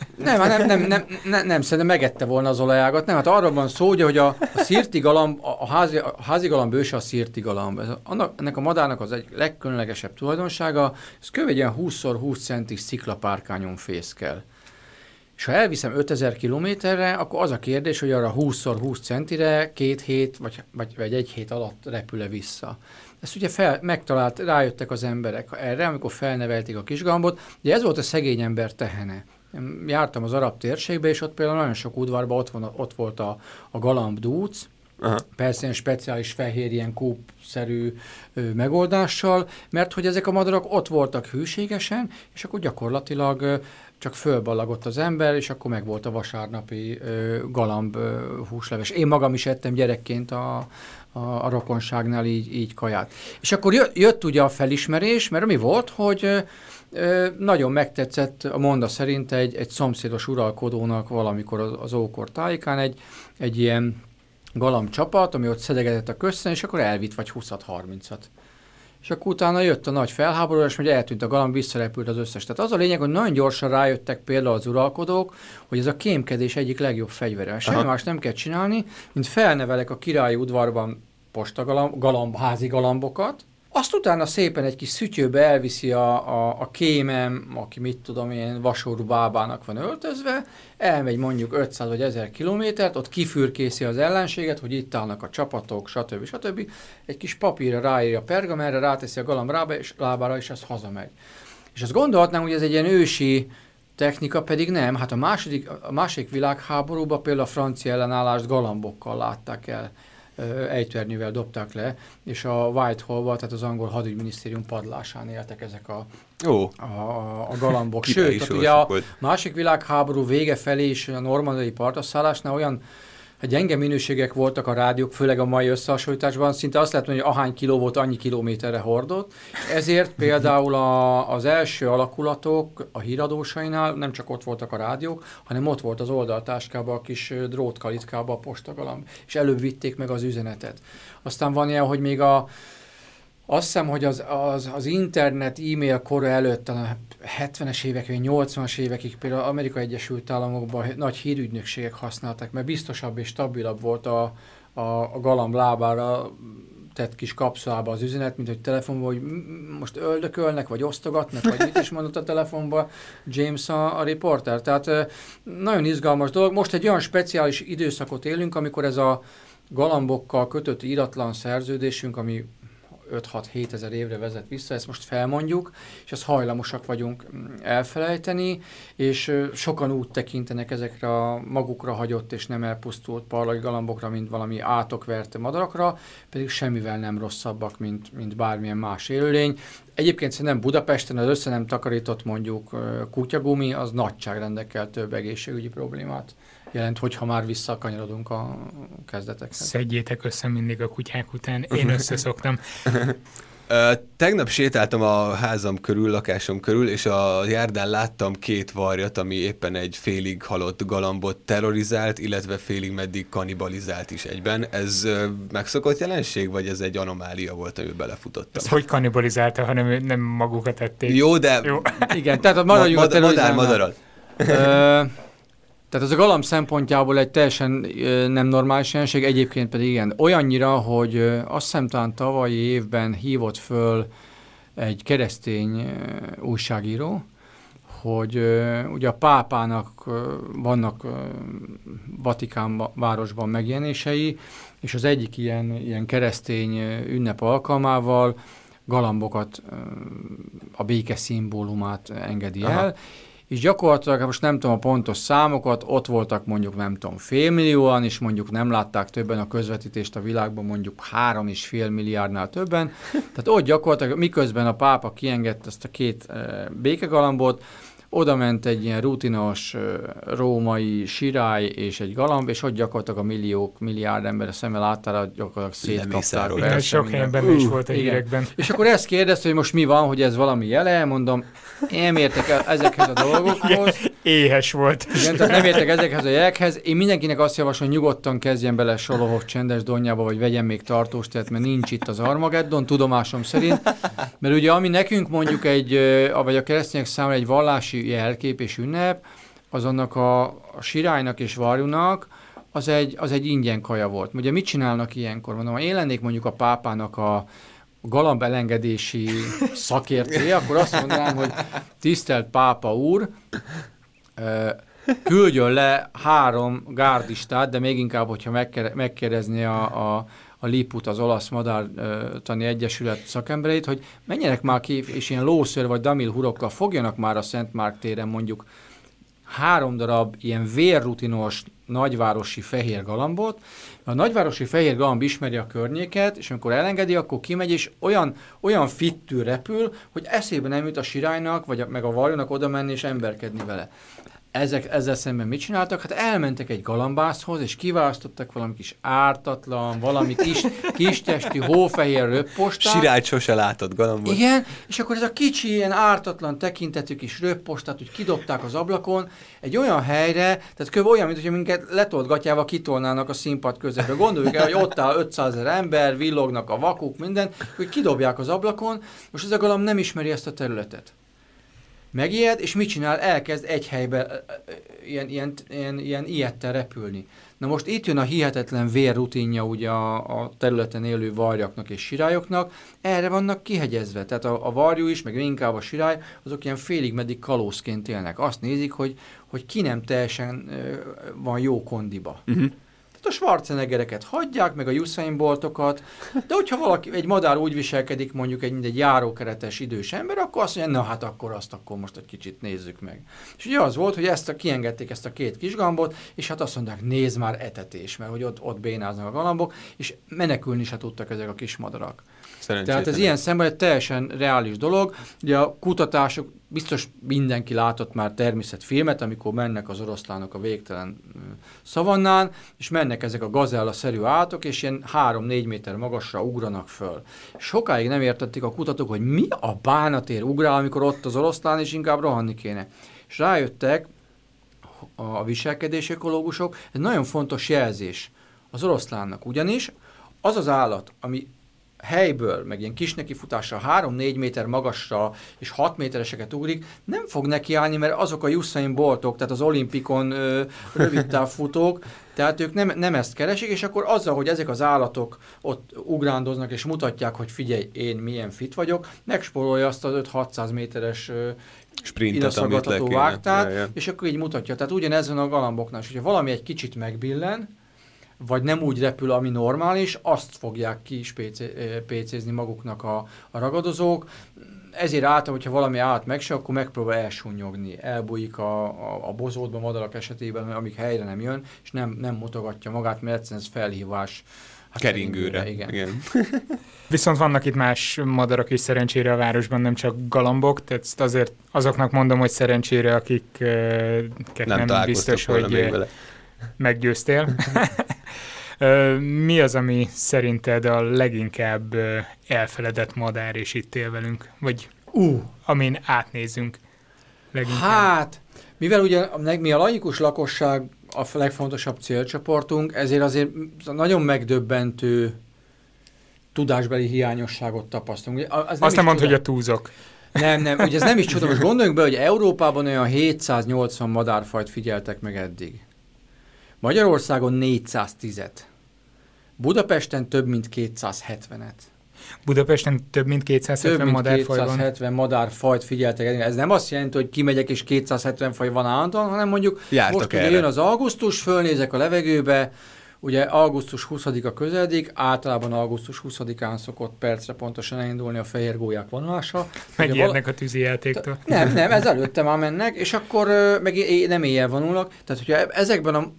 [SPEAKER 2] Nem, szerintem megette volna az olajágat. Nem, hát arról van szó, ugye, hogy a szirti galamb, a házi galamb őse a szirti galamb. Ennek a madárnak az egy legkülönlegesebb tulajdonsága, ez kb. Egy ilyen 20x20 centis sziklapárkányon fészkel. És ha elviszem 5000 kilométerre, akkor az a kérdés, hogy arra 20x20 centire 2 hét vagy 1 hét alatt repül-e vissza. Ezt ugye rájöttek az emberek erre, amikor felnevelték a kisgalambot. Ugye ez volt a szegény ember tehene. Én jártam az arab térségbe, és ott például nagyon sok udvarban ott volt a galambdúc, persze ilyen speciális fehér, ilyen kúpszerű megoldással, mert hogy ezek a madarak ott voltak hűségesen, és akkor gyakorlatilag csak fölballagott az ember, és akkor meg volt a vasárnapi galamb húsleves. Én magam is ettem gyerekként a rokonságnál így kaját. És akkor jött ugye a felismerés, mert mi volt, hogy nagyon megtetszett a monda szerint egy szomszédos uralkodónak valamikor az ókor tájékán egy ilyen galamb csapat, ami ott szedegetett a közszen, és akkor elvitt vagy 20-30-at. És akkor utána jött a nagy felháborodás, hogy eltűnt a galamb, visszarepült az összes. Tehát az a lényeg, hogy nagyon gyorsan rájöttek például az uralkodók, hogy ez a kémkedés egyik legjobb fegyvere. Semmi más nem kell csinálni, mint felnevelek a királyi udvarban házi galambokat, azt utána szépen egy kis szütyőbe elviszi a kémem, aki mit tudom én, vasorú bábának van öltözve, elmegy mondjuk 500 vagy 1000 kilométert, ott kifürkészi az ellenséget, hogy itt állnak a csapatok, stb. Egy kis papírra ráírja a pergamentre, ráteszi a galamb lábára, és az hazamegy. És azt gondolhatnánk, hogy ez egy ilyen ősi technika, pedig nem. Hát a második világháborúban például a francia ellenállást galambokkal látták el. Ejtőernyővel dobták le, és a Whitehall-ban, tehát az angol hadügyminisztérium padlásán éltek ezek a galambok. Sőt, tehát ugye a második világháború vége felé is a normandiai partraszállásnál olyan Hát gyenge minőségek voltak a rádiók, főleg a mai összehasonlításban, szinte azt lehet mondani, hogy ahány kiló volt, annyi kilométerre hordott. Ezért például az első alakulatok a híradósainál nem csak ott voltak a rádiók, hanem ott volt az oldaltáskában, a kis drótkalitkában a postagalamb, és előbb vitték meg az üzenetet. Aztán van ilyen, hogy még azt hiszem, hogy az internet, e-mail kora előtt, a 70-es évek, vagy 80-as évekig például az Amerikai Egyesült Államokban nagy hírügynökségek használták, mert biztosabb és stabilabb volt a galamb lábára tett kis kapszulába az üzenet, mint hogy telefonban, hogy most öldökölnek, vagy osztogatnak, vagy mit is mondott a telefonban James a riporter. Tehát nagyon izgalmas dolog. Most egy olyan speciális időszakot élünk, amikor ez a galambokkal kötött íratlan szerződésünk, ami 5-6-7 ezer évre vezet vissza, ezt most felmondjuk, és ezt hajlamosak vagyunk elfelejteni, és sokan úgy tekintenek ezekre a magukra hagyott és nem elpusztult parlagi galambokra, mint valami átokverte madarakra, pedig semmivel nem rosszabbak, mint bármilyen más élőlény. Egyébként szerintem Budapesten az össze nem takarított mondjuk kutyagumi, az nagyságrendekkel több egészségügyi problémát jelent, hogyha már visszakanyarodunk a kezdetekhez.
[SPEAKER 3] Szedjétek össze mindig a kutyák után, én összeszoktam.
[SPEAKER 1] Tegnap sétáltam a házam körül, lakásom körül, és a járdán láttam 2 varjat, ami éppen egy félig halott galambot terrorizált, illetve félig meddig kannibalizált is egyben. Ez megszokott jelenség, vagy ez egy anomália volt, amiben belefutottam?
[SPEAKER 3] Ez hogy kannibalizálta, hanem nem magukat ették?
[SPEAKER 1] Jó, de...
[SPEAKER 3] Jó.
[SPEAKER 2] Igen, tehát maradjunk a terrorizálnál. Tehát ez a galamb szempontjából egy teljesen nem normális jelenség, egyébként pedig igen. Olyannyira, hogy azt hiszem talán tavalyi évben hívott föl egy keresztény újságíró, hogy ugye a pápának vannak Vatikán városban megjelenései, és az egyik ilyen keresztény ünnep alkalmával galambokat, a béke szimbólumát engedi el. Aha. És gyakorlatilag, most nem tudom a pontos számokat, ott voltak mondjuk nem tudom 500 millióan, és mondjuk nem látták többen a közvetítést a világban, mondjuk 3,5 milliárdnál többen. Tehát ott gyakorlatilag, miközben a pápa kiengedte ezt a 2 békegalambot, oda ment egy ilyen rutinos római sirály és egy galamb, és ott gyakorlatilag a milliárd ember szemmel láttára gyakorlatilag szétkapták.
[SPEAKER 3] Ez sok helyen benne is volt a hírekben.
[SPEAKER 2] És akkor ezt kérdezte, hogy most mi van, hogy ez valami jele, mondom, én nem értek ezekhez a dolgokhoz.
[SPEAKER 3] Éhes volt.
[SPEAKER 2] Igen, tehát nem értek ezekhez a jelekhez. Én mindenkinek azt javaslom, hogy nyugodtan kezdjen bele Solohov csendes Donjába, vagy vegyen még tartós, tehát mert nincs itt az Armageddon, tudomásom szerint. Mert ugye ami nekünk mondjuk vagy a keresztények számára egy vallási jelkép és ünnep, az annak a sirálynak és varjúnak, az egy ingyen kaja volt. Ugye mit csinálnak ilyenkor? Mondom, ha én lennék mondjuk a pápának a galamb elengedési szakértője, akkor azt mondanám, hogy tisztelt pápa úr, küldjön le 3 gárdistát, de még inkább, hogyha megkérdezné a Liput, az Olasz Madártani Egyesület szakembereit, hogy menjenek már ki, és ilyen lószőr vagy damilhurokkal fogjanak már a Szent Márk téren mondjuk 3 darab ilyen vérrutinos nagyvárosi fehér galambot. A nagyvárosi fehér galamb ismeri a környéket, és amikor elengedi, akkor kimegy, és olyan fittül repül, hogy eszébe nem jut a sirálynak, vagy meg a varjónak oda menni és emberkedni vele. Ezzel szemben mit csináltak? Hát elmentek egy galambászhoz, és kiválasztottak valami kis ártatlan, valami kis testi, hófehér röppostát.
[SPEAKER 1] Sirályt sose látott galambot.
[SPEAKER 2] Igen, és akkor ez a kicsi, ilyen ártatlan tekintetű kis röppostát, úgy kidobták az ablakon, egy olyan helyre, tehát kb. Olyan, mint hogyha minket letolt gatyával kitolnának a színpad közepbe. Gondoljuk el, hogy ott áll 500 000 ember, villognak a vakuk, minden, hogy kidobják az ablakon, most ez a galamb nem ismeri ezt a területet. Megijed, és mit csinál? Elkezd egy helyben ilyen ilyettel repülni. Na most itt jön a hihetetlen vérrutinja ugye a területen élő varjaknak és sirályoknak, erre vannak kihegyezve. Tehát a varjú is, meg inkább a sirály, azok ilyen félig meddig kalózként élnek. Azt nézik, hogy ki nem teljesen van jó kondiba. Uh-huh. Tehát a Schwarzeneggereket hagyják, meg a Usain Boltokat, de hogyha egy madár úgy viselkedik mondjuk egy járókeretes idős ember, akkor azt mondja, na hát akkor most egy kicsit nézzük meg. És ugye az volt, hogy kiengedték ezt a 2 kis galambot, és hát azt mondták, nézd már etetés, mert hogy ott bénáznak a galambok, és menekülni se tudtak ezek a kis madarak. Tehát ez ilyen szemben egy teljesen reális dolog. Ugye a kutatások, biztos mindenki látott már természetfilmet, amikor mennek az oroszlánok a végtelen szavannán, és mennek ezek a gazella-szerű állatok, és ilyen 3-4 méter magasra ugranak föl. Sokáig nem értették a kutatók, hogy mi a bánatért ugrál, amikor ott az oroszlán, és inkább rohanni kéne. És rájöttek a viselkedési ökológusok, ez nagyon fontos jelzés az oroszlánnak, ugyanis az az állat, ami helyből, meg ilyen kis nekifutással 3-4 méter magasra és 6 métereseket ugrik, nem fog nekiállni, mert azok a Usain Boltok, tehát az olimpikon rövidtávfutók, tehát ők nem ezt keresik, és akkor azzal, hogy ezek az állatok ott ugrándoznak és mutatják, hogy figyelj, én milyen fit vagyok, megspórolja azt az 5-600 méteres ideszaggatható vágtát, és akkor így mutatja. Tehát ugyanez van a galamboknál, és hogyha valami egy kicsit megbillen, vagy nem úgy repül, ami normális, azt fogják PC-zni maguknak a ragadozók. Ezért általában, hogyha valami állat megső, akkor megpróbál elsúnyogni, elbújik a bozótba madarak esetében, amik helyre nem jön, és nem mutogatja magát, mert egyszerűen ez felhívás.
[SPEAKER 1] Keringőre. Igen.
[SPEAKER 3] Viszont vannak itt más madarak is szerencsére a városban, nem csak galambok, tehát azért azoknak mondom, hogy szerencsére, akiket nem biztos, hogy meggyőztél. Mi az, ami szerinted a leginkább elfeledett madár, és itt él velünk? Vagy amin átnézünk leginkább?
[SPEAKER 2] Hát, mivel ugye mi a laikus lakosság a legfontosabb célcsoportunk, ezért azért nagyon megdöbbentő tudásbeli hiányosságot tapasztalunk.
[SPEAKER 3] Azt nem mondd, hogy a túlzok.
[SPEAKER 2] Nem, ugye ez nem is csoda. Most gondoljunk be, hogy Európában olyan 780 madárfajt figyeltek meg eddig. Magyarországon 410-et. Budapesten több mint 270-et.
[SPEAKER 3] Budapesten több mint 270 madárfaj van?
[SPEAKER 2] 270 madárfajt figyeltek. Ez nem azt jelenti, hogy kimegyek és 270 faj van állandóan, hanem mondjuk
[SPEAKER 1] jártak
[SPEAKER 2] most ugye jön az augusztus, fölnézek a levegőbe, ugye augusztus 20-a közeledik, általában augusztus 20-án szokott percre pontosan elindulni a fehér gólyák vonulása.
[SPEAKER 3] Megijednek a tűzijátéktól.
[SPEAKER 2] Nem, ez előtte már mennek, és akkor meg nem éjjel vonulnak. Tehát, hogyha ezekben a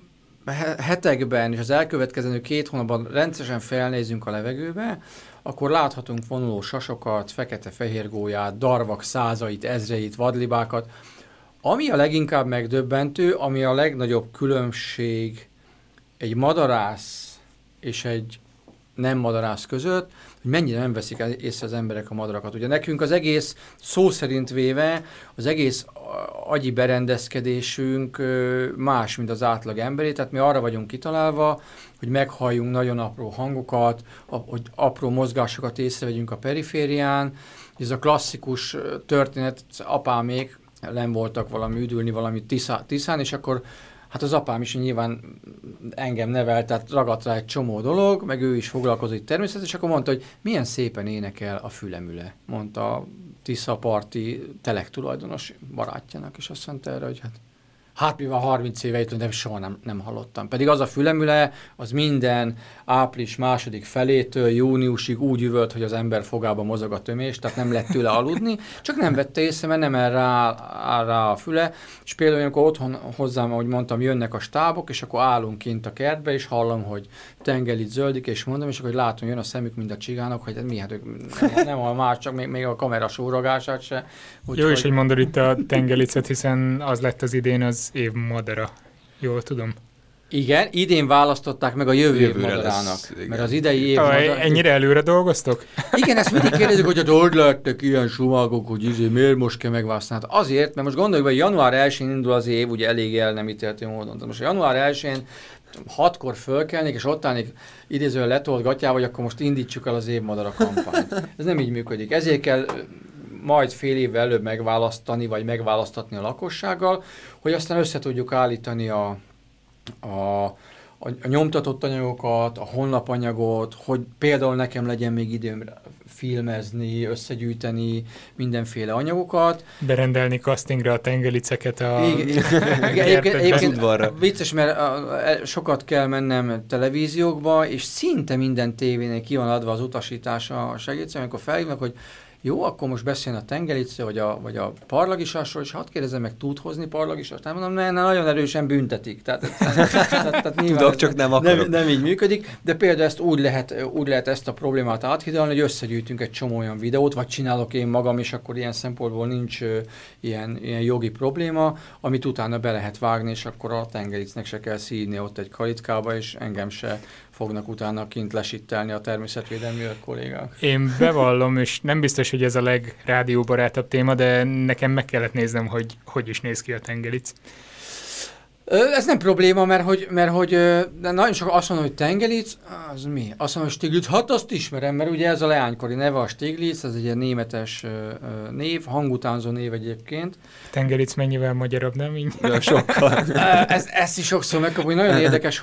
[SPEAKER 2] hetekben és az elkövetkezendő 2 hónapban rendszeresen felnézünk a levegőbe, akkor láthatunk vonuló sasokat, fekete-fehér gólyát, darvak százait, ezreit, vadlibákat. Ami a leginkább megdöbbentő, ami a legnagyobb különbség egy madarász és egy nem madarász között, hogy mennyire nem veszik észre az emberek a madarakat. Ugye nekünk az egész, szó szerint véve, az egész agyi berendezkedésünk más, mint az átlag emberé, tehát mi arra vagyunk kitalálva, hogy meghalljunk nagyon apró hangokat, hogy apró mozgásokat észrevegyünk a periférián. Ez a klasszikus történet, apámék nem voltak valami üdülni, valami Tiszán, és akkor hát az apám is nyilván engem nevelt, tehát ragadt rá egy csomó dolog, meg ő is foglalkozott természetesen, és akkor mondta, hogy milyen szépen énekel a fülemüle, mondta a Tiszaparti telektulajdonos barátjának, és azt mondta erre, hogy hát mivel 30 éve jutott, de soha nem hallottam. Pedig az a fülemüle, az minden április második felétől júniusig úgy üvölt, hogy az ember fogába mozog a tömés, tehát nem lett tőle aludni, csak nem vette észre, mert nem áll rá a füle, és például amikor otthon hozzám, ahogy mondtam, jönnek a stábok, és akkor állunk kint a kertbe, és hallom, hogy tengelit zöldik, és mondom, és akkor látom, jön a szemük, mint a csigánok, hogy mi, hát ők nem hall már, csak még a kamera sórogását se.
[SPEAKER 3] Jó is, hogy mondod itt a tengelicet, hiszen az lett az idén az év madara. Jól tudom.
[SPEAKER 2] Igen, idén választották meg a jövő év madarának, mert az idei év madara...
[SPEAKER 3] Ennyire előre dolgoztok?
[SPEAKER 2] Igen, ezt mindig kérdezik, hogy hogy lehettek ilyen sumagok, hogy miért most kell megválasztani. Hát azért, mert most gondoljuk, hogy január 1-én indul az év, ugye elég el nem ítéltő módon. Tehát most január 1-én 6-kor fölkelnék, és ott állnék idézően letolt gatyával, hogy akkor most indítsuk el az évmadara kampányt. Ez nem így működik. Ezért kell majd fél évvel előbb megválasztani, vagy megválasztatni a lakossággal, hogy aztán össze tudjuk állítani a nyomtatott anyagokat, a honlapanyagot, hogy például nekem legyen még időm filmezni, összegyűjteni mindenféle anyagokat.
[SPEAKER 3] Berendelni castingra a tengeliceket a...
[SPEAKER 2] Egyébként vicces, mert sokat kell mennem televíziókba, és szinte minden tévénél ki van adva az utasítás a segítségem, amikor felhívnak, hogy jó, akkor most beszéljen a tengerice, vagy a parlagisasról, és hadd kérdezem meg, tud hozni parlagisast? Nem mondom, mert nagyon erősen büntetik. Tehát
[SPEAKER 1] tudok, csak nem akarok.
[SPEAKER 2] Nem így működik, de például ezt úgy lehet ezt a problémát áthidalni, hogy összegyűjtünk egy csomó olyan videót, vagy csinálok én magam, és akkor ilyen szempontból nincs ilyen jogi probléma, amit utána be lehet vágni, és akkor a tengericnek se kell szídni ott egy kalitkába, és engem se fognak utána kint lesittelni a természetvédelmi kollégák.
[SPEAKER 3] Én bevallom, és nem biztos, hogy ez a legrádióbarátabb téma, de nekem meg kellett néznem, hogy is néz ki a tengeric.
[SPEAKER 2] Ez nem probléma, mert hogy nagyon sok azt mondom, hogy tengeric, az mi? Azt mondom, hogy Stiglitz, hát azt ismerem, mert ugye ez a leánykori neve, a Stiglitz, ez egy ilyen németes név, hangutánzó név egyébként.
[SPEAKER 3] Tengeric mennyivel magyarabb, nem így?
[SPEAKER 1] Sokkal.
[SPEAKER 2] Ezt is sokszor megkapom, nagyon érdekes,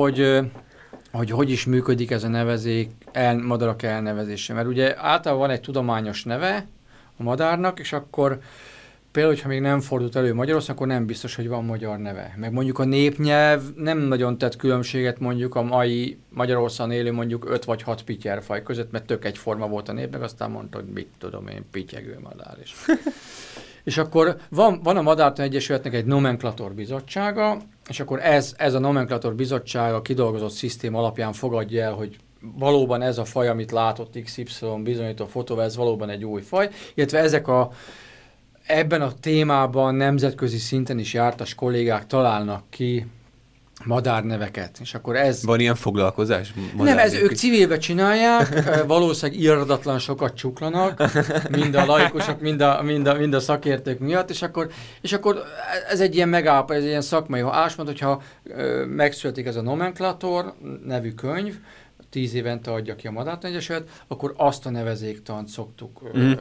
[SPEAKER 2] hogy is működik ez a nevezék, madarak elnevezése. Mert ugye általában van egy tudományos neve a madárnak, és akkor például, hogyha még nem fordult elő Magyarországon, akkor nem biztos, hogy van magyar neve. Meg mondjuk a népnyelv nem nagyon tett különbséget mondjuk a mai Magyarországon élő mondjuk 5 vagy 6 pityerfaj között, mert tök egyforma volt a népnek, aztán mondta, hogy mit tudom én, pityegő madár is. És akkor van a Madártani Egyesületnek egy nomenklator bizottsága, és akkor ez a nomenklator bizottság a kidolgozott szisztém alapján fogadja el, hogy valóban ez a faj, amit látott XY bizonyító fotóval, ez valóban egy új faj, illetve ebben a témában nemzetközi szinten is jártas kollégák találnak ki madárneveket, és akkor ez...
[SPEAKER 1] Van ilyen foglalkozás?
[SPEAKER 2] Nem, ők civilbe csinálják, valószínűleg irdatlan sokat csuklanak, mind a laikusok, mind a szakértők miatt, és akkor ez egy ilyen ez egy ilyen szakmai álláspont, hogyha megszületik ez a nomenklator nevű könyv, 10 évente adja ki a Madártani Egyesület, akkor azt a nevezéktant szoktuk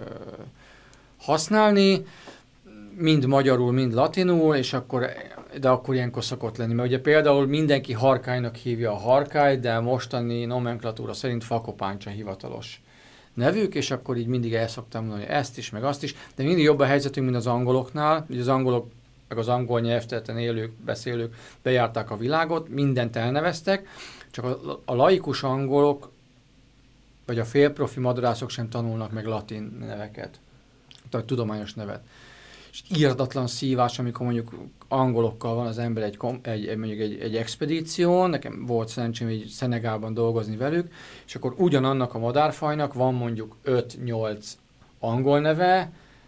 [SPEAKER 2] használni, mind magyarul, mind latinul, de akkor ilyenkor szokott lenni. Mert ugye például mindenki harkálynak hívja a harkály, de mostani nomenklatúra szerint fakopáncsa hivatalos nevük, és akkor így mindig el szoktam mondani ezt is, meg azt is, de mindig jobb a helyzetünk, mint az angoloknál. Ugye az angolok, meg az angol nyelvterületen élők, beszélők bejárták a világot, mindent elneveztek, csak a laikus angolok, vagy a félprofi madarászok sem tanulnak meg latin neveket, vagy tudományos nevet. És irdatlan szívás, amikor mondjuk angolokkal van az ember egy expedíción, nekem volt szerencsém így Szenegálban dolgozni velük, és akkor ugyanannak a madárfajnak van mondjuk 5-8 angol neve,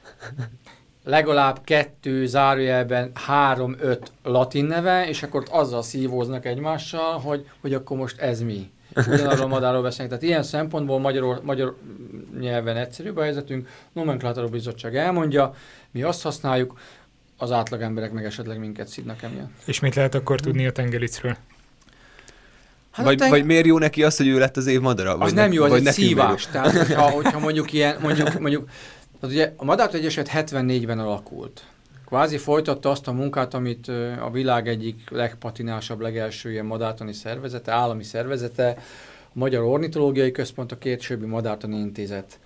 [SPEAKER 2] legalább 2 zárójelben 3-5 latin neve, és akkor azzal szívóznak egymással, hogy akkor most ez mi. Ugyanarról a madárról beszélünk. Tehát ilyen szempontból magyar nyelven egyszerűbb a helyzetünk, nomenklátor bizottság elmondja, mi azt használjuk, az átlag emberek meg esetleg minket szidnak emiatt.
[SPEAKER 3] És mit lehet akkor tudni a tengericről?
[SPEAKER 1] Hát vagy miért jó neki az, hogy ő lett az év madara?
[SPEAKER 2] Az nem jó, az egy szívás. Tehát, hogyha mondjuk ilyen, mondjuk ugye a Madártani Egyesület 74-ben alakult. Kvázi folytatta azt a munkát, amit a világ egyik legpatinásabb, legelső ilyen madártani szervezete, állami szervezete, a Magyar Ornitológiai Központ, a későbbi Madártani Intézet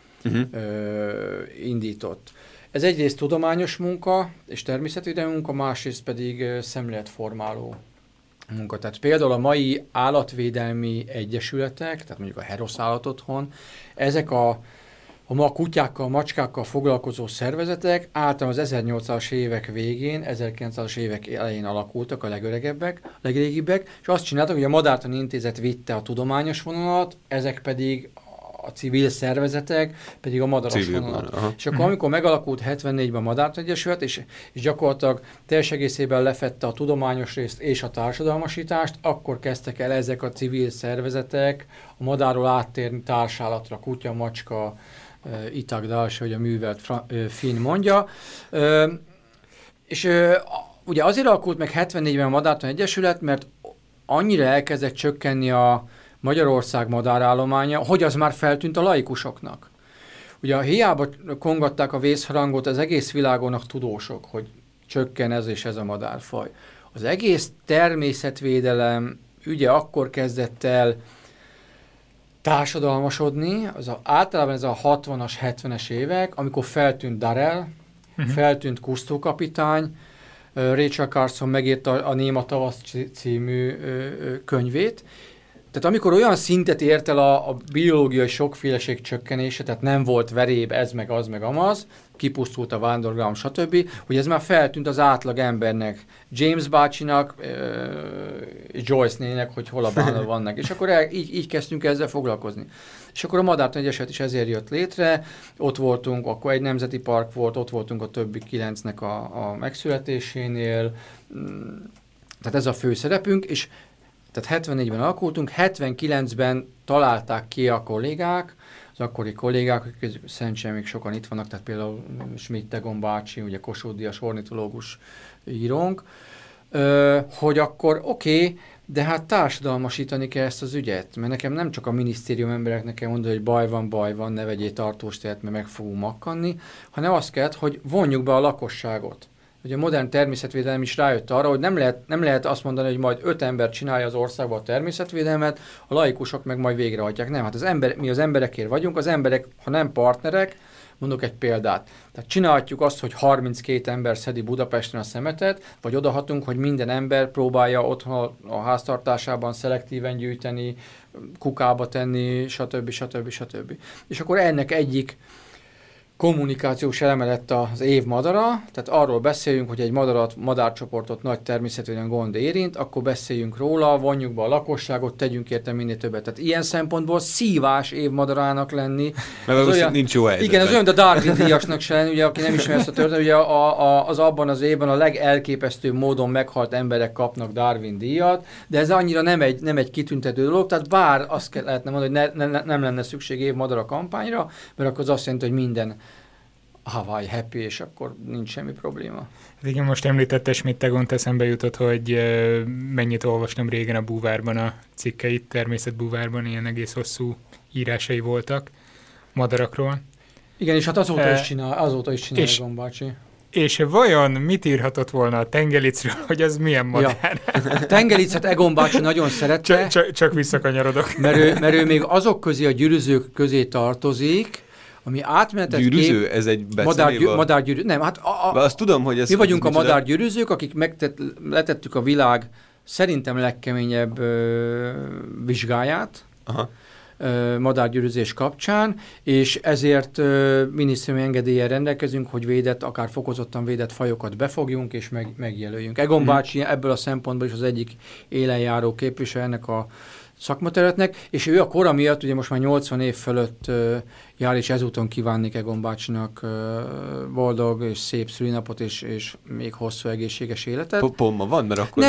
[SPEAKER 2] indított. Ez egyrészt tudományos munka és természetvédelmi munka, másrészt pedig szemléletformáló munka. Tehát például a mai állatvédelmi egyesületek, tehát mondjuk a Herosz Állatotthon, ezek a ma kutyákkal, macskákkal foglalkozó szervezetek általában az 1800-as évek végén, 1900-as évek elején alakultak, a legrégibbek, és azt csináltak, hogy a Madártani Intézet vitte a tudományos vonalat, ezek pedig a civil szervezetek, pedig a madaras vonalat. És akkor amikor megalakult 74-ben a Madártani Egyesület, és gyakorlatilag teljes egészében lefette a tudományos részt és a társadalmasítást, akkor kezdtek el ezek a civil szervezetek a madárról áttérni társállatra, kutya, macska, itagdás, hogy a művelt finn mondja. És ugye azért alakult meg 74-ben a Madártani Egyesület, mert annyira elkezdett csökkenni a Magyarország madárállománya, hogy az már feltűnt a laikusoknak. Ugye hiába kongatták a vészharangot az egész világonak tudósok, hogy csökken ez és ez a madárfaj. Az egész természetvédelem ügye akkor kezdett el társadalmasodni, általában ez a 60-as, 70-es évek, amikor feltűnt Darrell, feltűnt Cousteau kapitány, Rachel Carson megírta a Néma tavasz című könyvét. Tehát amikor olyan szintet ért el a biológiai sokféleség csökkenése, tehát nem volt veréb, ez meg az meg amaz, kipusztult a vándorgalom, stb., hogy ez már feltűnt az átlag embernek, James bácsinak, Joyce nének, hogy hol a bánal vannak. És akkor így kezdtünk ezzel foglalkozni. És akkor a Madártani Egyesület is ezért jött létre, ott voltunk, akkor egy nemzeti park volt, ott voltunk a többi 9-nek a megszületésénél, tehát ez a fő szerepünk, és tehát 74-ben alakultunk, 79-ben találták ki a kollégák, az akkori kollégák, akik szerencsére még sokan itt vannak, tehát például Schmidt Egon bácsi, ugye Kossuth Díjas ornitológus írónk, hogy akkor oké, de hát társadalmasítani kell ezt az ügyet, mert nekem nem csak a minisztérium embereknek kell mondani, hogy baj van, ne vegyél tartós tejet, mert meg fogunk makkanni, hanem azt kell, hogy vonjuk be a lakosságot. Ugye a modern természetvédelem is rájött arra, hogy nem lehet azt mondani, hogy majd 5 ember csinálja az országban a természetvédelmet, a laikusok meg majd végrehajtják. Nem, hát mi az emberekért vagyunk, az emberek, ha nem partnerek, mondok egy példát. Tehát csinálhatjuk azt, hogy 32 ember szedi Budapesten a szemetet, vagy odahatunk, hogy minden ember próbálja otthon a háztartásában szelektíven gyűjteni, kukába tenni, stb. És akkor ennek egyik kommunikációs eleme lett az év madara, tehát arról beszéljünk, hogy egy madárcsoportot nagy természetvédelmi gond érint, akkor beszéljünk róla, vonjuk be a lakosságot, tegyünk érte minél többet. Tehát ilyen szempontból szívás évmadarának lenni.
[SPEAKER 1] Mert olyan, nincs jó helyzetben.
[SPEAKER 2] Igen, az olyan, de Darwin-díjasnak se lenni, ugye, aki nem ismer ezt a történetet, ugye az abban az évben a legelképesztőbb módon meghalt emberek kapnak Darwin-díjat, de ez annyira nem egy kitüntető dolog, tehát bár azt lehetne mondani, hogy nem lenne szükség évmadara kampányra, mert akkor az azt jelenti, hogy minden Hawaii happy, és akkor nincs semmi probléma.
[SPEAKER 3] Igen, most említette Schmidt Egont, eszembe jutott, hogy mennyit olvastam régen a búvárban a cikkeit, természetbúvárban, ilyen egész hosszú írásai voltak madarakról.
[SPEAKER 2] Igen, és hát azóta is csinál Egon bácsi.
[SPEAKER 3] És vajon mit írhatott volna a tengelicről, hogy ez milyen madár?
[SPEAKER 2] Ja. A tengelicet Egon bácsi nagyon szerette.
[SPEAKER 3] Csak visszakanyarodok.
[SPEAKER 2] Mert ő még azok közé, a gyűrűzők közé tartozik, ami átmenetet
[SPEAKER 1] gyűrűző, ez egy becenéva?
[SPEAKER 2] Madárgyűrűző, nem, hát
[SPEAKER 1] azt tudom, hogy ez...
[SPEAKER 2] Mi vagyunk a madárgyűrűzők, akik letettük a világ szerintem legkeményebb vizsgáját, madárgyűrűzés kapcsán, és ezért minisztériumi engedéllyel rendelkezünk, hogy akár fokozottan védett fajokat befogjunk és megjelöljünk. Egon bácsi ebből a szempontból is az egyik élenjáró képviselő ennek a szakmaterületnek, és ő a kora miatt ugye most már 80 év fölött jár, és ezúton kívánnék Egon bácsinak boldog és szép szülinapot, és még hosszú egészséges életet.
[SPEAKER 1] Pomma van, mert akkor...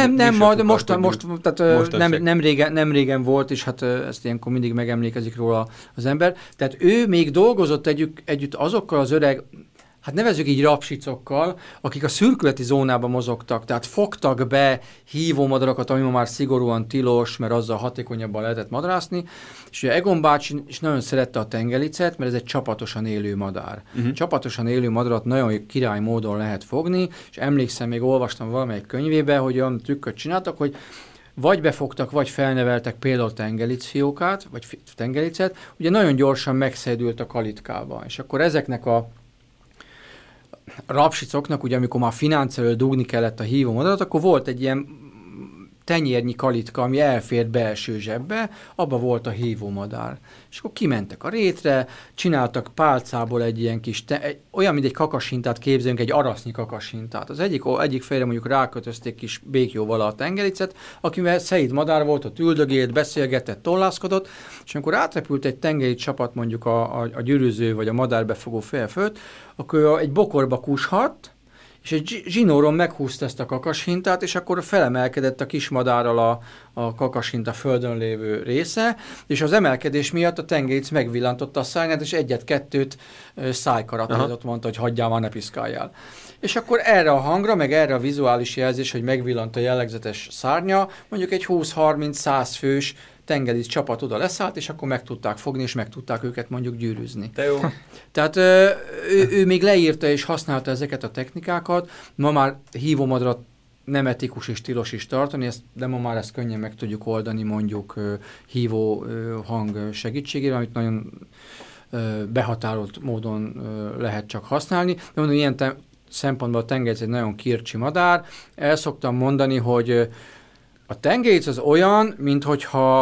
[SPEAKER 2] Nem régen volt, és hát ezt ilyenkor mindig megemlékezik róla az ember. Tehát ő még dolgozott együtt azokkal az öreg, hát nevezzük így rapsicokkal, akik a szürkületi zónában mozogtak, tehát fogtak be hívómadarakat, ami ma már szigorúan tilos, mert azzal hatékonyabban lehetett madrászni, és ugye Egon bácsi is nagyon szerette a tengelicet, mert ez egy csapatosan élő madár. Csapatosan élő madarat nagyon király módon lehet fogni, és emlékszem, még olvastam valamelyik könyvébe, hogy olyan trükköt csináltak, hogy vagy befogtak, vagy felneveltek például tengelicfiókát, vagy tengelicet, ugye nagyon gyorsan megszedült a kalitkába, és akkor ezeknek a rapsicoknak, ugye amikor már fináncelől dugni kellett a hívómadarat, akkor volt egy ilyen tenyérnyi kalitka, ami elfért belső zsebbe, abba volt a hívómadár. És akkor kimentek a rétre, csináltak pálcából egy ilyen kis, olyan, mint egy kakashintát képzeljünk, egy arasznyi kakashintát. Az egyik fejre mondjuk rákötözték kis békjóval a tengericet, akivel Szeid madár volt, ott üldögélt, beszélgetett, tollászkodott, és amikor átrepült egy tengeri csapat mondjuk a gyűrűző vagy a madárbefogó fél fölött, akkor egy bokorba kushadt, és egy zsinóron meghúzta ezt a kakashintát, és akkor felemelkedett a kismadárral a kakashinta földön lévő része, és az emelkedés miatt a tengeric megvillantotta a szárnyát, és egyet-kettőt szájkaratózott, mondta, hogy hagyjál már, ne piszkáljál. És akkor erre a hangra, meg erre a vizuális jelzés, hogy megvillant a jellegzetes szárnya, mondjuk egy 20-30-100 fős tengeric csapat oda leszállt, és akkor meg tudták fogni, és meg tudták őket mondjuk gyűrűzni.
[SPEAKER 1] De jó.
[SPEAKER 2] Tehát ő még leírta és használta ezeket a technikákat. Ma már hívómadarat nem etikus és tilos is tartani, de ma már ezt könnyen meg tudjuk oldani mondjuk hívó hang segítségével, amit nagyon behatárolt módon lehet csak használni. De mondom, ilyen szempontból a tengeric egy nagyon kircsi madár. El szoktam mondani, hogy a tengeric az olyan, minthogyha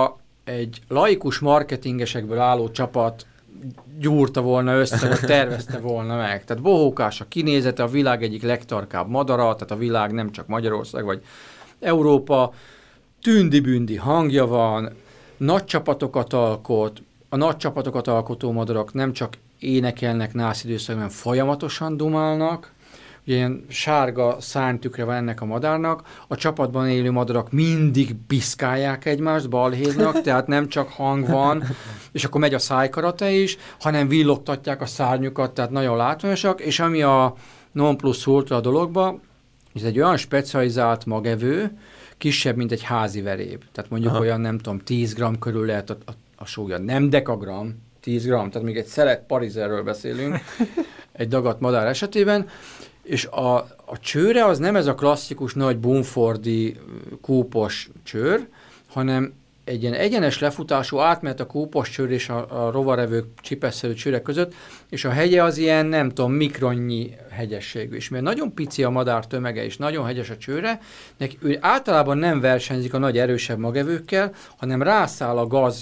[SPEAKER 2] egy laikus marketingesekből álló csapat gyúrta volna össze, vagy tervezte volna meg. Tehát bohókás a kinézete, a világ egyik legtarkább madara, tehát a világ nem csak Magyarország, vagy Európa, tündi-bündi hangja van, nagy csapatokat alkot, a nagy csapatokat alkotó madarak nem csak énekelnek nász időszakban, folyamatosan dumálnak, ugye ilyen sárga szárnytükre van ennek a madárnak, a csapatban élő madarak mindig piszkálják egymást, balhéznak, tehát nem csak hang van, és akkor megy a szájkarate is, hanem villogtatják a szárnyukat, tehát nagyon látványosak, és ami a non plus ultra a dologba, ez egy olyan specializált magevő, kisebb, mint egy házi veréb. Tehát mondjuk olyan, nem tudom, 10 g körül lehet a súlya. Nem dekagram, 10 g, tehát még egy szelet parizerről beszélünk, egy dagadt madár esetében, és a csőre az nem ez a klasszikus nagy bumfordi kúpos csőr, hanem egy ilyen egyenes lefutású átmenet a kúpos csőr és a rovarevők csipesszelő csőrek között, és a hegye az ilyen, nem tudom, mikronnyi hegyességű. És mert nagyon pici a madár tömege, és nagyon hegyes a csőre, neki ő általában nem versenyzik a nagy erősebb magevőkkel, hanem rászáll a gaz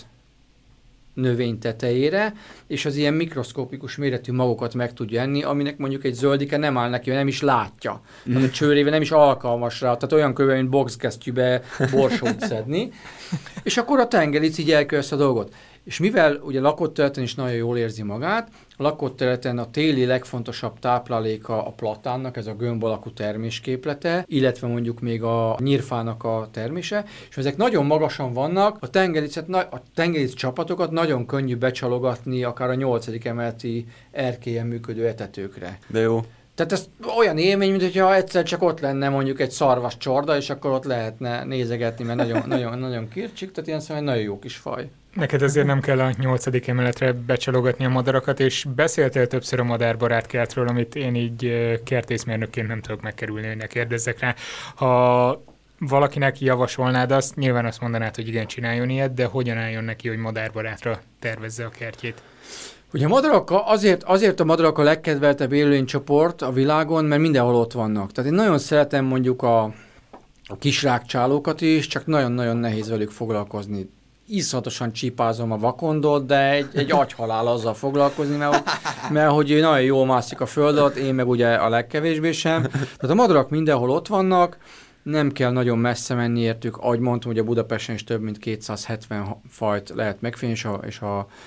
[SPEAKER 2] növény tetejére, és az ilyen mikroszkópikus méretű magokat meg tudja enni, aminek mondjuk egy zöldike nem áll neki, nem is látja. Tehát a csőrével nem is alkalmas rá, tehát olyan kövül, mint boxkesztyűbe borsót szedni. És akkor a tengeric így elkövetsz a dolgot. És mivel ugye lakott területen is nagyon jól érzi magát, a lakott területen a téli legfontosabb tápláléka a platánnak, ez a gömb alakú termésképlete, illetve mondjuk még a nyírfának a termése, és ezek nagyon magasan vannak, a tengeric csapatokat nagyon könnyű becsalogatni akár a 8. emeleti erkélyen működő etetőkre.
[SPEAKER 1] De jó.
[SPEAKER 2] Tehát ez olyan élmény, mint hogyha egyszer csak ott lenne mondjuk egy szarvas csorda, és akkor ott lehetne nézegetni, mert nagyon kircsik, tehát ilyen szóval egy nagyon jó kis faj.
[SPEAKER 3] Neked azért nem kell a 8. emeletre becsalogatni a madarakat, és beszéltél többször a madárbarát kertről, amit én így kertészmérnökként nem tudok megkerülni, hogy ne kérdezzek rá. Ha valakinek javasolnád azt, nyilván azt mondanád, hogy igen, csináljon ilyet, de hogyan álljon neki, hogy madárbarátra tervezze a kertjét?
[SPEAKER 2] Ugye a madarak, azért a madarak a legkedveltebb élőlénycsoport a világon, mert mindenhol ott vannak. Tehát én nagyon szeretem mondjuk a kis rákcsálókat is, csak nagyon-nagyon nehéz velük foglalkozni. Iszonyatosan csipázom a vakondot, de egy agyhalál azzal foglalkozni, mert hogy ő nagyon jól mászik a földön, én meg ugye a legkevésbé sem. Tehát a madarak mindenhol ott vannak, nem kell nagyon messze menni értük. Ahogy mondtam, hogy a Budapesten is több mint 270 fajt lehet megfigyelni, és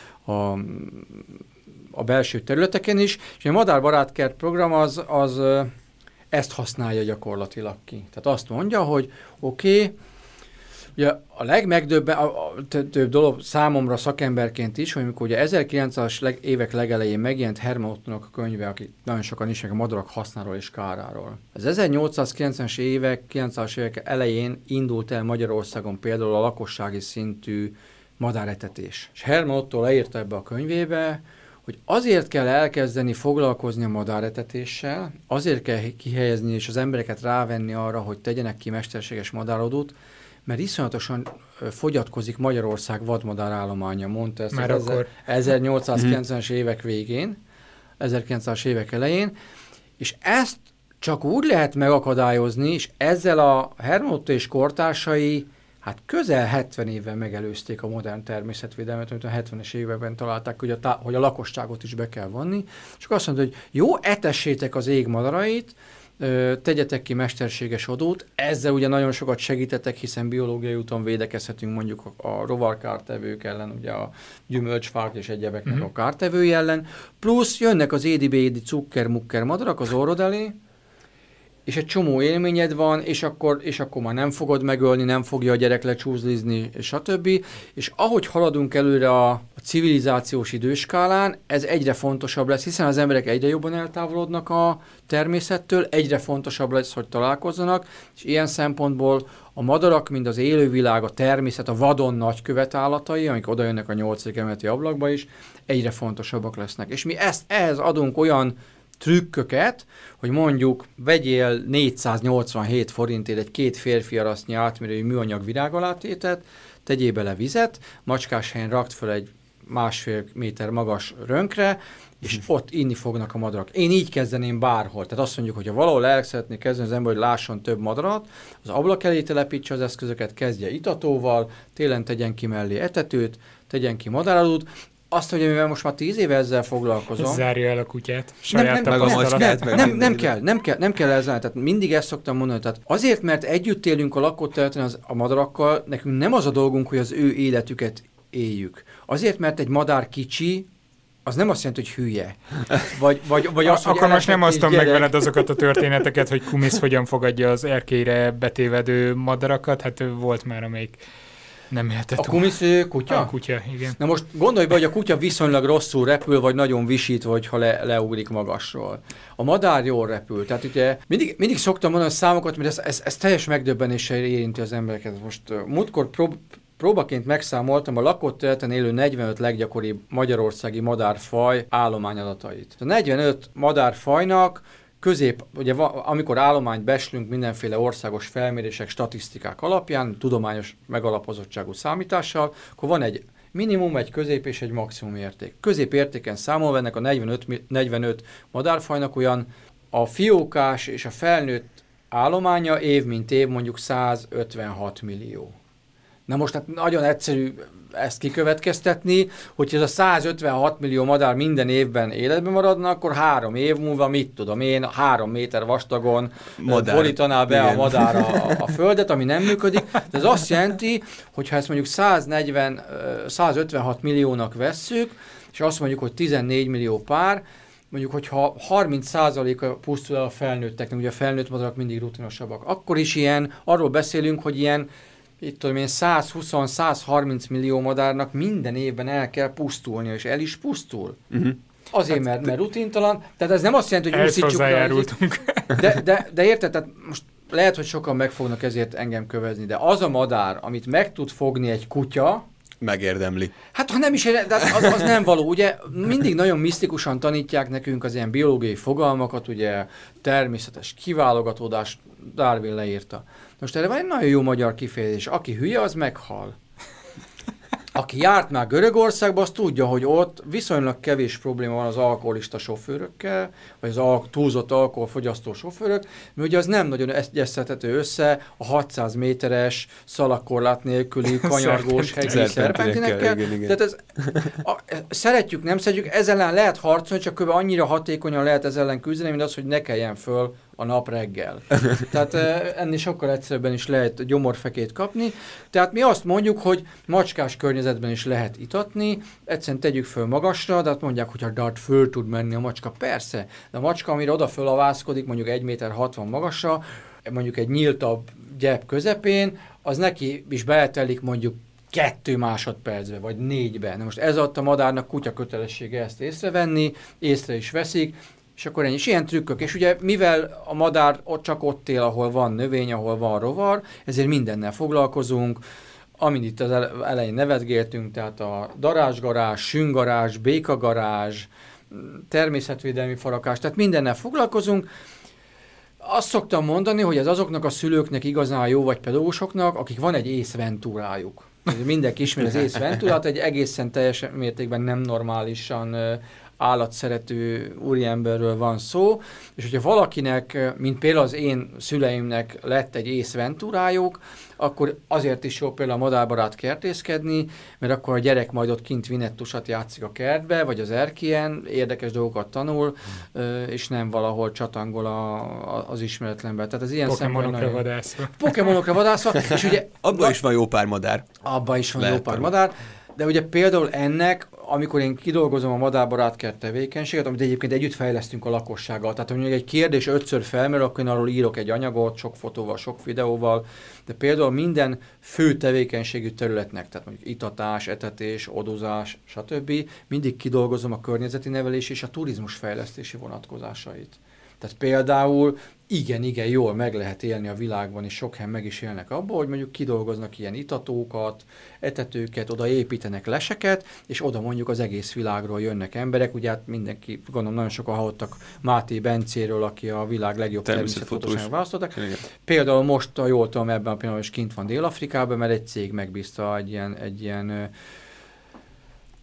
[SPEAKER 2] a belső területeken is, és a madárbarátkert program az ezt használja gyakorlatilag ki. Tehát azt mondja, hogy oké, ugye a legmegdöbbentőbb dolog számomra szakemberként is, hogy amikor ugye 1900-as évek legelején megjelent Herman Ottónak a könyve, aki nagyon sokan ismerik a madarak hasznáról és káráról. Az 1890-es évek, 90-as évek elején indult el Magyarországon például a lakossági szintű madáretetés. És Herman Ottó leírta ebbe a könyvébe, hogy azért kell elkezdeni foglalkozni a madáretetéssel, azért kell kihelyezni és az embereket rávenni arra, hogy tegyenek ki mesterséges madárodót, mert iszonyatosan fogyatkozik Magyarország vadmadárállománya, mondta ezt
[SPEAKER 3] már akkor
[SPEAKER 2] 1890-es évek végén, 1900-as évek elején, és ezt csak úgy lehet megakadályozni, és ezzel a Herman Ottó és kortársai hát közel 70 évvel megelőzték a modern természetvédelmet, amit a 70-es években találták, hogy a lakosságot is be kell vonni, és akkor azt mondta, hogy jó, etessétek az ég madarait, tegyetek ki mesterséges odót, ezzel ugye nagyon sokat segítettek, hiszen biológiai úton védekezhetünk mondjuk a rovarkártevők ellen, ugye a gyümölcsfák és egyebeknek a kártevői ellen, plusz jönnek az édi-bédi cukker-mukker madarak az orrod elé, és egy csomó élményed van, és akkor már nem fogod megölni, nem fogja a gyerek lecsúzlizni, és stb. És ahogy haladunk előre a civilizációs időskálán, ez egyre fontosabb lesz, hiszen az emberek egyre jobban eltávolodnak a természettől, egyre fontosabb lesz, hogy találkozzanak, és ilyen szempontból a madarak, mind az élővilág, a természet, a vadon nagykövet állatai, amik oda jönnek a 8. emeleti ablakba is, egyre fontosabbak lesznek. És mi ehhez adunk olyan trükköket, hogy mondjuk vegyél 487 forintért egy 2 férfiarasznyi átmérőjű műanyag virágalátétet, tegyél bele vizet, macskás helyen rakd fel egy 1,5 méter magas rönkre, és ott inni fognak a madarak. Én így kezdeném bárhol. Tehát azt mondjuk, hogy ha valahol el szeretné kezdeni az ember, hogy lásson több madarat, az ablak elé telepítse az eszközöket, kezdje itatóval, télen tegyen ki mellé etetőt, tegyen ki madáralót. Azt, hogy mivel most már 10 éve ezzel foglalkozom.
[SPEAKER 3] Zárja el a kutyát.
[SPEAKER 2] Nem kell elzárni. Tehát mindig ezt szoktam mondani. Tehát azért, mert együtt élünk a lakóterületen a madarakkal, nekünk nem az a dolgunk, hogy az ő életüket éljük. Azért, mert egy madár kicsi, az nem azt jelenti, hogy hülye. Vagy az, hogy
[SPEAKER 3] akkor most nem osztom meg veled azokat a történeteket, hogy Kumisz hogyan fogadja az erkélyre betévedő madarakat. Hát volt már, amelyik nem éltet.
[SPEAKER 2] A Kumisz kutya?
[SPEAKER 3] A kutya, igen.
[SPEAKER 2] Na most gondolj be, hogy a kutya viszonylag rosszul repül, vagy nagyon visít, vagy ha leugrik magasról. A madár jól repül. Tehát ugye mindig szoktam mondani a számokat, mert ez teljes megdöbbenéssel érinti az embereket. Most múltkor próbaként megszámoltam a lakott területen élő 45 leggyakoribb magyarországi madárfaj állományadatait. A 45 madárfajnak ugye amikor állományt beslünk mindenféle országos felmérések, statisztikák alapján, tudományos megalapozottságú számítással, akkor van egy minimum, egy közép és egy maximum érték. Középértéken számolva ennek a 45 madárfajnak olyan a fiókás és a felnőtt állománya év mint év mondjuk 156 millió. Na most hát nagyon egyszerű ezt kikövetkeztetni, hogy ez a 156 millió madár minden évben életben maradna, akkor 3 év múlva, mit tudom én, 3 méter vastagon borítaná be a madár a földet, ami nem működik. De ez azt jelenti, hogy ha ezt mondjuk 156 milliónak vesszük, és azt mondjuk, hogy 14 millió pár, mondjuk, hogyha 30%-a pusztul el a felnőtteknek, ugye a felnőtt madarak mindig rutinosabbak, akkor is arról beszélünk, hogy ilyen 120-130 millió madárnak minden évben el kell pusztulnia, és el is pusztul. Azért, mert rutintalan. Tehát ez nem azt jelenti, hogy úszítsuk rá. De érted, tehát most lehet, hogy sokan meg fognak ezért engem kövezni, de az a madár, amit meg tud fogni egy kutya,
[SPEAKER 1] megérdemli.
[SPEAKER 2] Hát ha nem is, de az nem való. Ugye mindig nagyon misztikusan tanítják nekünk az ilyen biológiai fogalmakat, ugye természetes kiválogatódás, Darwin leírta. Most erre van egy nagyon jó magyar kifejezés. Aki hülye, az meghal. Aki járt már Görögországban, az tudja, hogy ott viszonylag kevés probléma van az alkoholista sofőrökkel, vagy az túlzott alkoholfogyasztó sofőrök, mert ugye az nem nagyon egyeztethető össze a 600 méteres szalagkorlát nélküli kanyargós hegyi szerpentinekkel. Tehát szeretjük, nem szeretjük, ezzel ellen lehet harcolni, csak kb. Annyira hatékonyan lehet ezzel ellen küzdeni, mint az, hogy ne keljen föl a nap reggel. Tehát ennél sokkal egyszerűbben is lehet gyomorfekét kapni. Tehát mi azt mondjuk, hogy macskás környezetben is lehet itatni, egyszerűen tegyük föl magasra, de hát mondják, hogy a dart föl tud menni a macska. Persze, de a macska, amire oda fölavászkodik, mondjuk 1,60 méter magasra, mondjuk egy nyíltabb gyep közepén, az neki is beletelik mondjuk 2 másodpercbe, vagy 4-ben. Na most ez adta a madárnak kutya kötelessége ezt észrevenni, észre is veszik, és akkor ennyi. És ilyen trükkök. És ugye mivel a madár csak ott él, ahol van növény, ahol van rovar, ezért mindennel foglalkozunk, amit itt az elején nevetgéltünk, tehát a darázsgarázs, süngarázs, békagarázs, természetvédelmi farakás, tehát mindennel foglalkozunk. Azt szoktam mondani, hogy ez azoknak a szülőknek igazán jó, vagy pedagógusoknak, akik van egy Ace Venturájuk. Mindenki ismeri az Ace Venturát, egy egészen teljes mértékben nem normálisan állatszerető úriemberről van szó, és hogyha valakinek, mint például az én szüleimnek lett egy Ace Venturájuk, akkor azért is jó például a madárbarát kertészkedni, mert akkor a gyerek majd ott kint vinettusat játszik a kertbe, vagy az erkélyen, érdekes dolgokat tanul, és nem valahol csatangol az ismeretlenben. Tehát az ilyen
[SPEAKER 3] Pokémonokra vadászva.
[SPEAKER 2] Pokémonokra vadászva, és ugye...
[SPEAKER 1] Abban is van jó pár madár.
[SPEAKER 2] Abban is van jó pár madár, de ugye például ennek, amikor én kidolgozom a madárbarát kert tevékenységet, amit egyébként együtt fejlesztünk a lakossággal, tehát mondjuk egy kérdés 5-ször felmerül, akkor én arról írok egy anyagot, sok fotóval, sok videóval, de például minden fő tevékenységű területnek, tehát mondjuk itatás, etetés, odozás, stb. Mindig kidolgozom a környezeti nevelés és a turizmus fejlesztési vonatkozásait. Tehát például igen, jól meg lehet élni a világban, és sok helyen meg is élnek abban, hogy mondjuk kidolgoznak ilyen itatókat, etetőket, oda építenek leseket, és oda mondjuk az egész világról jönnek emberek. Ugye hát mindenki, gondolom nagyon sokan hallottak Máté Bencéről, aki a világ legjobb természetfotósának választottak. Például most, jól tudom, ebben a pillanatban is kint van Dél-Afrikában, mert egy cég megbízta egy ilyen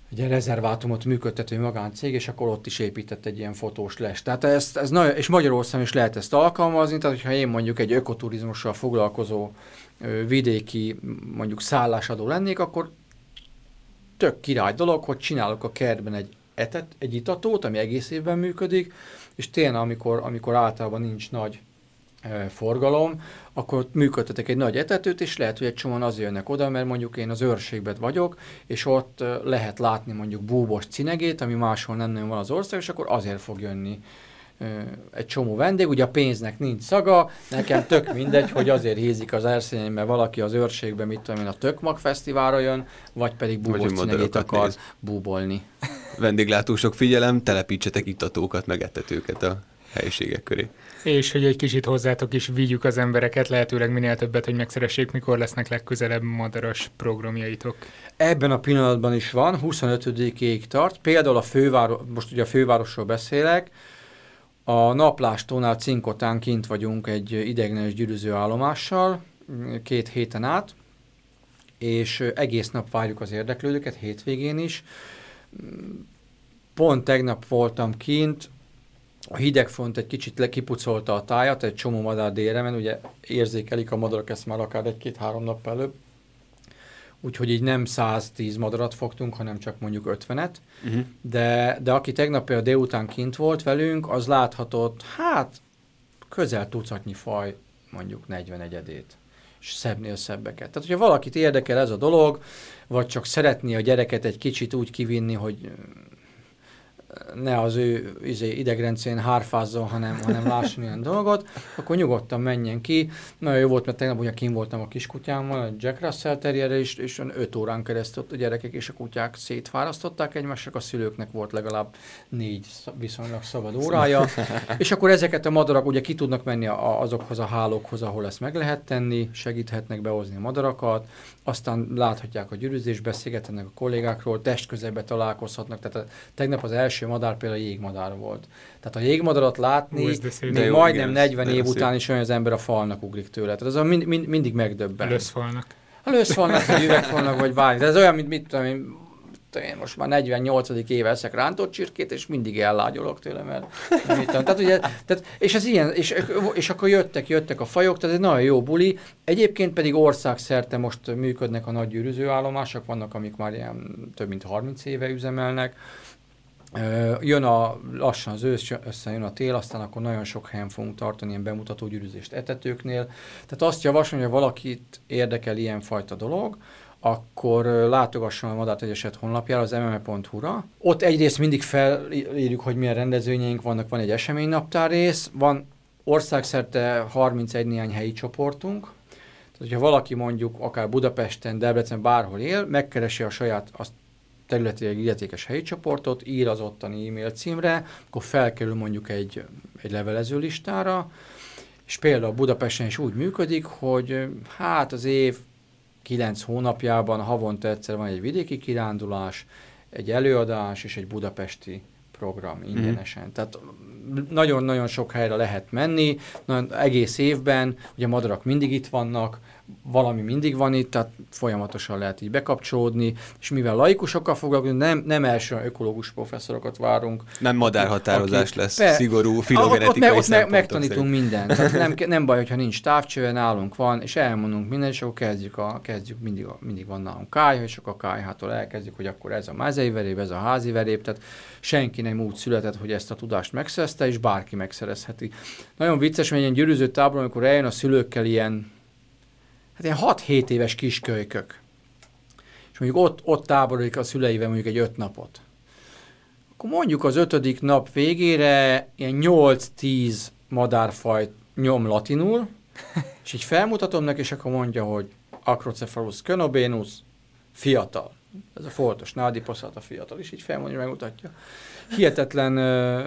[SPEAKER 2] egy rezervátumot működtető magáncég, és akkor ott is épített egy ilyen fotós lest. Tehát és Magyarországon is lehet ezt alkalmazni, tehát hogyha én mondjuk egy ökoturizmussal foglalkozó vidéki mondjuk szállásadó lennék, akkor tök király dolog, hogy csinálok a kertben egy itatót, ami egész évben működik, és tényleg amikor általában nincs nagy forgalom, akkor működtetek egy nagy etetőt, és lehet, hogy egy csomóan azért jönnek oda, mert mondjuk én az Őrségben vagyok, és ott lehet látni mondjuk búbos cinegét, ami máshol nem nagyon van az ország, és akkor azért fog jönni egy csomó vendég. Ugye a pénznek nincs szaga, nekem tök mindegy, hogy azért hízik az Erszényen, mert valaki az Őrségben, mit tudom én, a Tökmag Fesztiválra jön, vagy pedig búbos cinegét akar búbolni.
[SPEAKER 1] Vendéglátósok, figyelem, telepítsetek ittatókat, meg etetőket a helyiségek köré.
[SPEAKER 3] És hogy egy kicsit hozzátok is vigyük az embereket, lehetőleg minél többet, hogy megszeressék, mikor lesznek legközelebb madaras programjaitok.
[SPEAKER 2] Ebben a pillanatban is van, 25-ig tart, például most ugye a fővárosról beszélek, a Naplástól Cinkotán kint vagyunk egy ideiglenes gyűrűző állomással 2 héten át, és egész nap várjuk az érdeklődőket, hétvégén is. Pont tegnap voltam kint, a hidegfront egy kicsit kipucolta a tájat, egy csomó madár délre ment, ugye érzékelik a madarak ezt már akár 1-2-3 nap előbb. Úgyhogy így nem 110 madarat fogtunk, hanem csak mondjuk 50-et. De aki tegnap például délután kint volt velünk, az láthatott, közel tucatnyi faj, mondjuk 40 egyedét, és szebbnél szebbeket. Tehát, hogyha valakit érdekel ez a dolog, vagy csak szeretné a gyereket egy kicsit úgy kivinni, hogy ne az ő idegrendszerén hárfázzon, hanem lásson ilyen dolgot, akkor nyugodtan menjen ki. Nagyon jó volt, mert tegnap ugye kint voltam a kiskutyámmal, a Jack Russell Terrierre is, és 5 órán keresztül a gyerekek és a kutyák szétfárasztották egymást, a szülőknek volt legalább 4 viszonylag szabad órája. És akkor ezeket a madarak ugye ki tudnak menni azokhoz a hálókhoz, ahol ezt meg lehet tenni, segíthetnek behozni a madarakat, aztán láthatják a gyűrűzést, beszélgetnek a kollégákról, testközelbe találkozhatnak. Tehát tegnap az első madár például jégmadár volt. Tehát a jégmadarat látni, még majdnem 40 év után is olyan, az ember a falnak ugrik tőle. Tehát ez mindig megdöbben. A löszfalnak, vagy üvegfalnak, vagy bármi. Ez olyan, mint mit tudom én most már 48. éve eszek rántott csirkét, és mindig ellágyolok tőle, mert tehát ugye, és ez ilyen, és akkor jöttek a fajok, tehát ez nagyon jó buli. Egyébként pedig országszerte most működnek a nagy gyűrűzőállomások, vannak, amik már ilyen több mint 30 éve üzemelnek. Jön lassan az ősz, összejön a tél, aztán akkor nagyon sok helyen fogunk tartani ilyen bemutató gyűrűzést etetőknél. Tehát azt javaslom, hogy ha valakit érdekel ilyenfajta dolog, akkor látogasson a Madár Egyeset honlapjára, az mme.hu-ra. Ott egyrészt mindig felírjuk, hogy milyen rendezvényeink vannak, van egy eseménynaptár rész, van országszerte 31 néhány helyi csoportunk. Tehát, hogyha valaki mondjuk akár Budapesten, Debrecen, bárhol él, megkeresi a saját területileg illetékes helyi csoportot, ír az ottani e-mail címre, akkor felkerül mondjuk egy levelező listára, és például Budapesten is úgy működik, hogy az év 9 hónapjában havonta egyszer van egy vidéki kirándulás, egy előadás és egy budapesti program ingyenesen. Tehát nagyon-nagyon sok helyre lehet menni, egész évben, ugye a madarak mindig itt vannak, valami mindig van itt, tehát folyamatosan lehet így bekapcsolódni, és mivel laikusokkal foglalkozunk, nem első ökológus professzorokat várunk.
[SPEAKER 1] Nem madárhatározás lesz, szigorú filogenetikai
[SPEAKER 2] szempontok megtanítunk mindent. Tehát nem baj, hogyha nincs távcső, nálunk van, és elmondunk mindent, és akkor kezdjük mindig van nálunk kályha, és akkor a kályhától elkezdjük, hogy akkor ez a mezei veréb, ez a házi veréb, tehát senki nem úgy született, hogy ezt a tudást megszerezte, és bárki megszerezheti. Nagyon vicces, hogy egy ilyen gyűrűző tábor, amikor eljön a szülőkkel ilyen 6-7 éves kiskölykök, és mondjuk ott táborodik a szüleivel mondjuk egy 5 napot. Akkor mondjuk az 5. nap végére ilyen 8-10 madárfajt nyom latinul, és így felmutatom neki, és akkor mondja, hogy Acrocephalus cönobénus fiatal. Ez a foltos nádiposzata fiatal, és így felmondja, megmutatja. Hihetetlen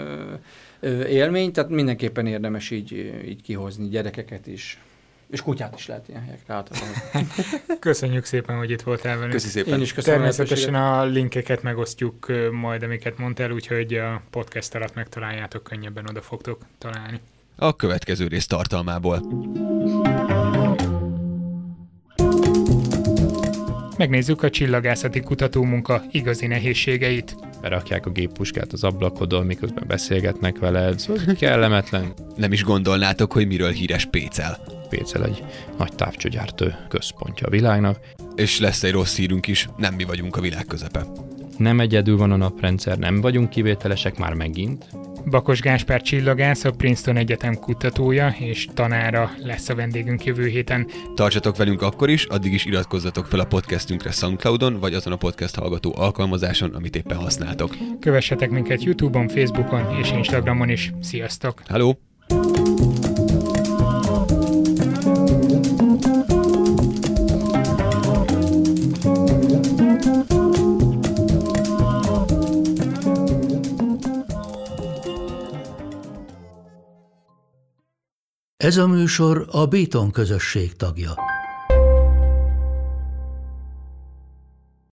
[SPEAKER 2] élmény, tehát mindenképpen érdemes így kihozni gyerekeket is. És kutyát is lehet ilyen helyekre általában.
[SPEAKER 3] Köszönjük szépen, hogy itt voltál velünk.
[SPEAKER 1] Köszi szépen.
[SPEAKER 2] Én is köszönöm.
[SPEAKER 3] Természetesen a linkeket megosztjuk majd, amiket mondtál, úgyhogy a podcast alatt megtaláljátok, könnyebben oda fogtok találni.
[SPEAKER 1] A következő rész tartalmából.
[SPEAKER 3] megnézzük a csillagászati kutatómunka igazi nehézségeit.
[SPEAKER 15] Berakják a géppuskát az ablakodon, miközben beszélgetnek veled, szóval kellemetlen.
[SPEAKER 1] Nem is gondolnátok, hogy miről híres Pécel.
[SPEAKER 15] Pécel egy nagy távcsőgyártó központja a világnak.
[SPEAKER 1] És lesz egy rossz hírünk is, nem mi vagyunk a világ közepe.
[SPEAKER 15] Nem egyedül van a naprendszer, nem vagyunk kivételesek már megint.
[SPEAKER 3] Bakos Gáspár csillagász, a Princeton Egyetem kutatója és tanára lesz a vendégünk jövő héten.
[SPEAKER 1] Tartsatok velünk akkor is, addig is iratkozzatok fel a podcastünkre SoundCloudon, vagy azon a podcast hallgató alkalmazáson, amit éppen használtok.
[SPEAKER 3] Kövessetek minket YouTube-on, Facebookon és Instagramon is. Sziasztok!
[SPEAKER 1] Hello!
[SPEAKER 16] Ez a műsor a Béton közösség tagja.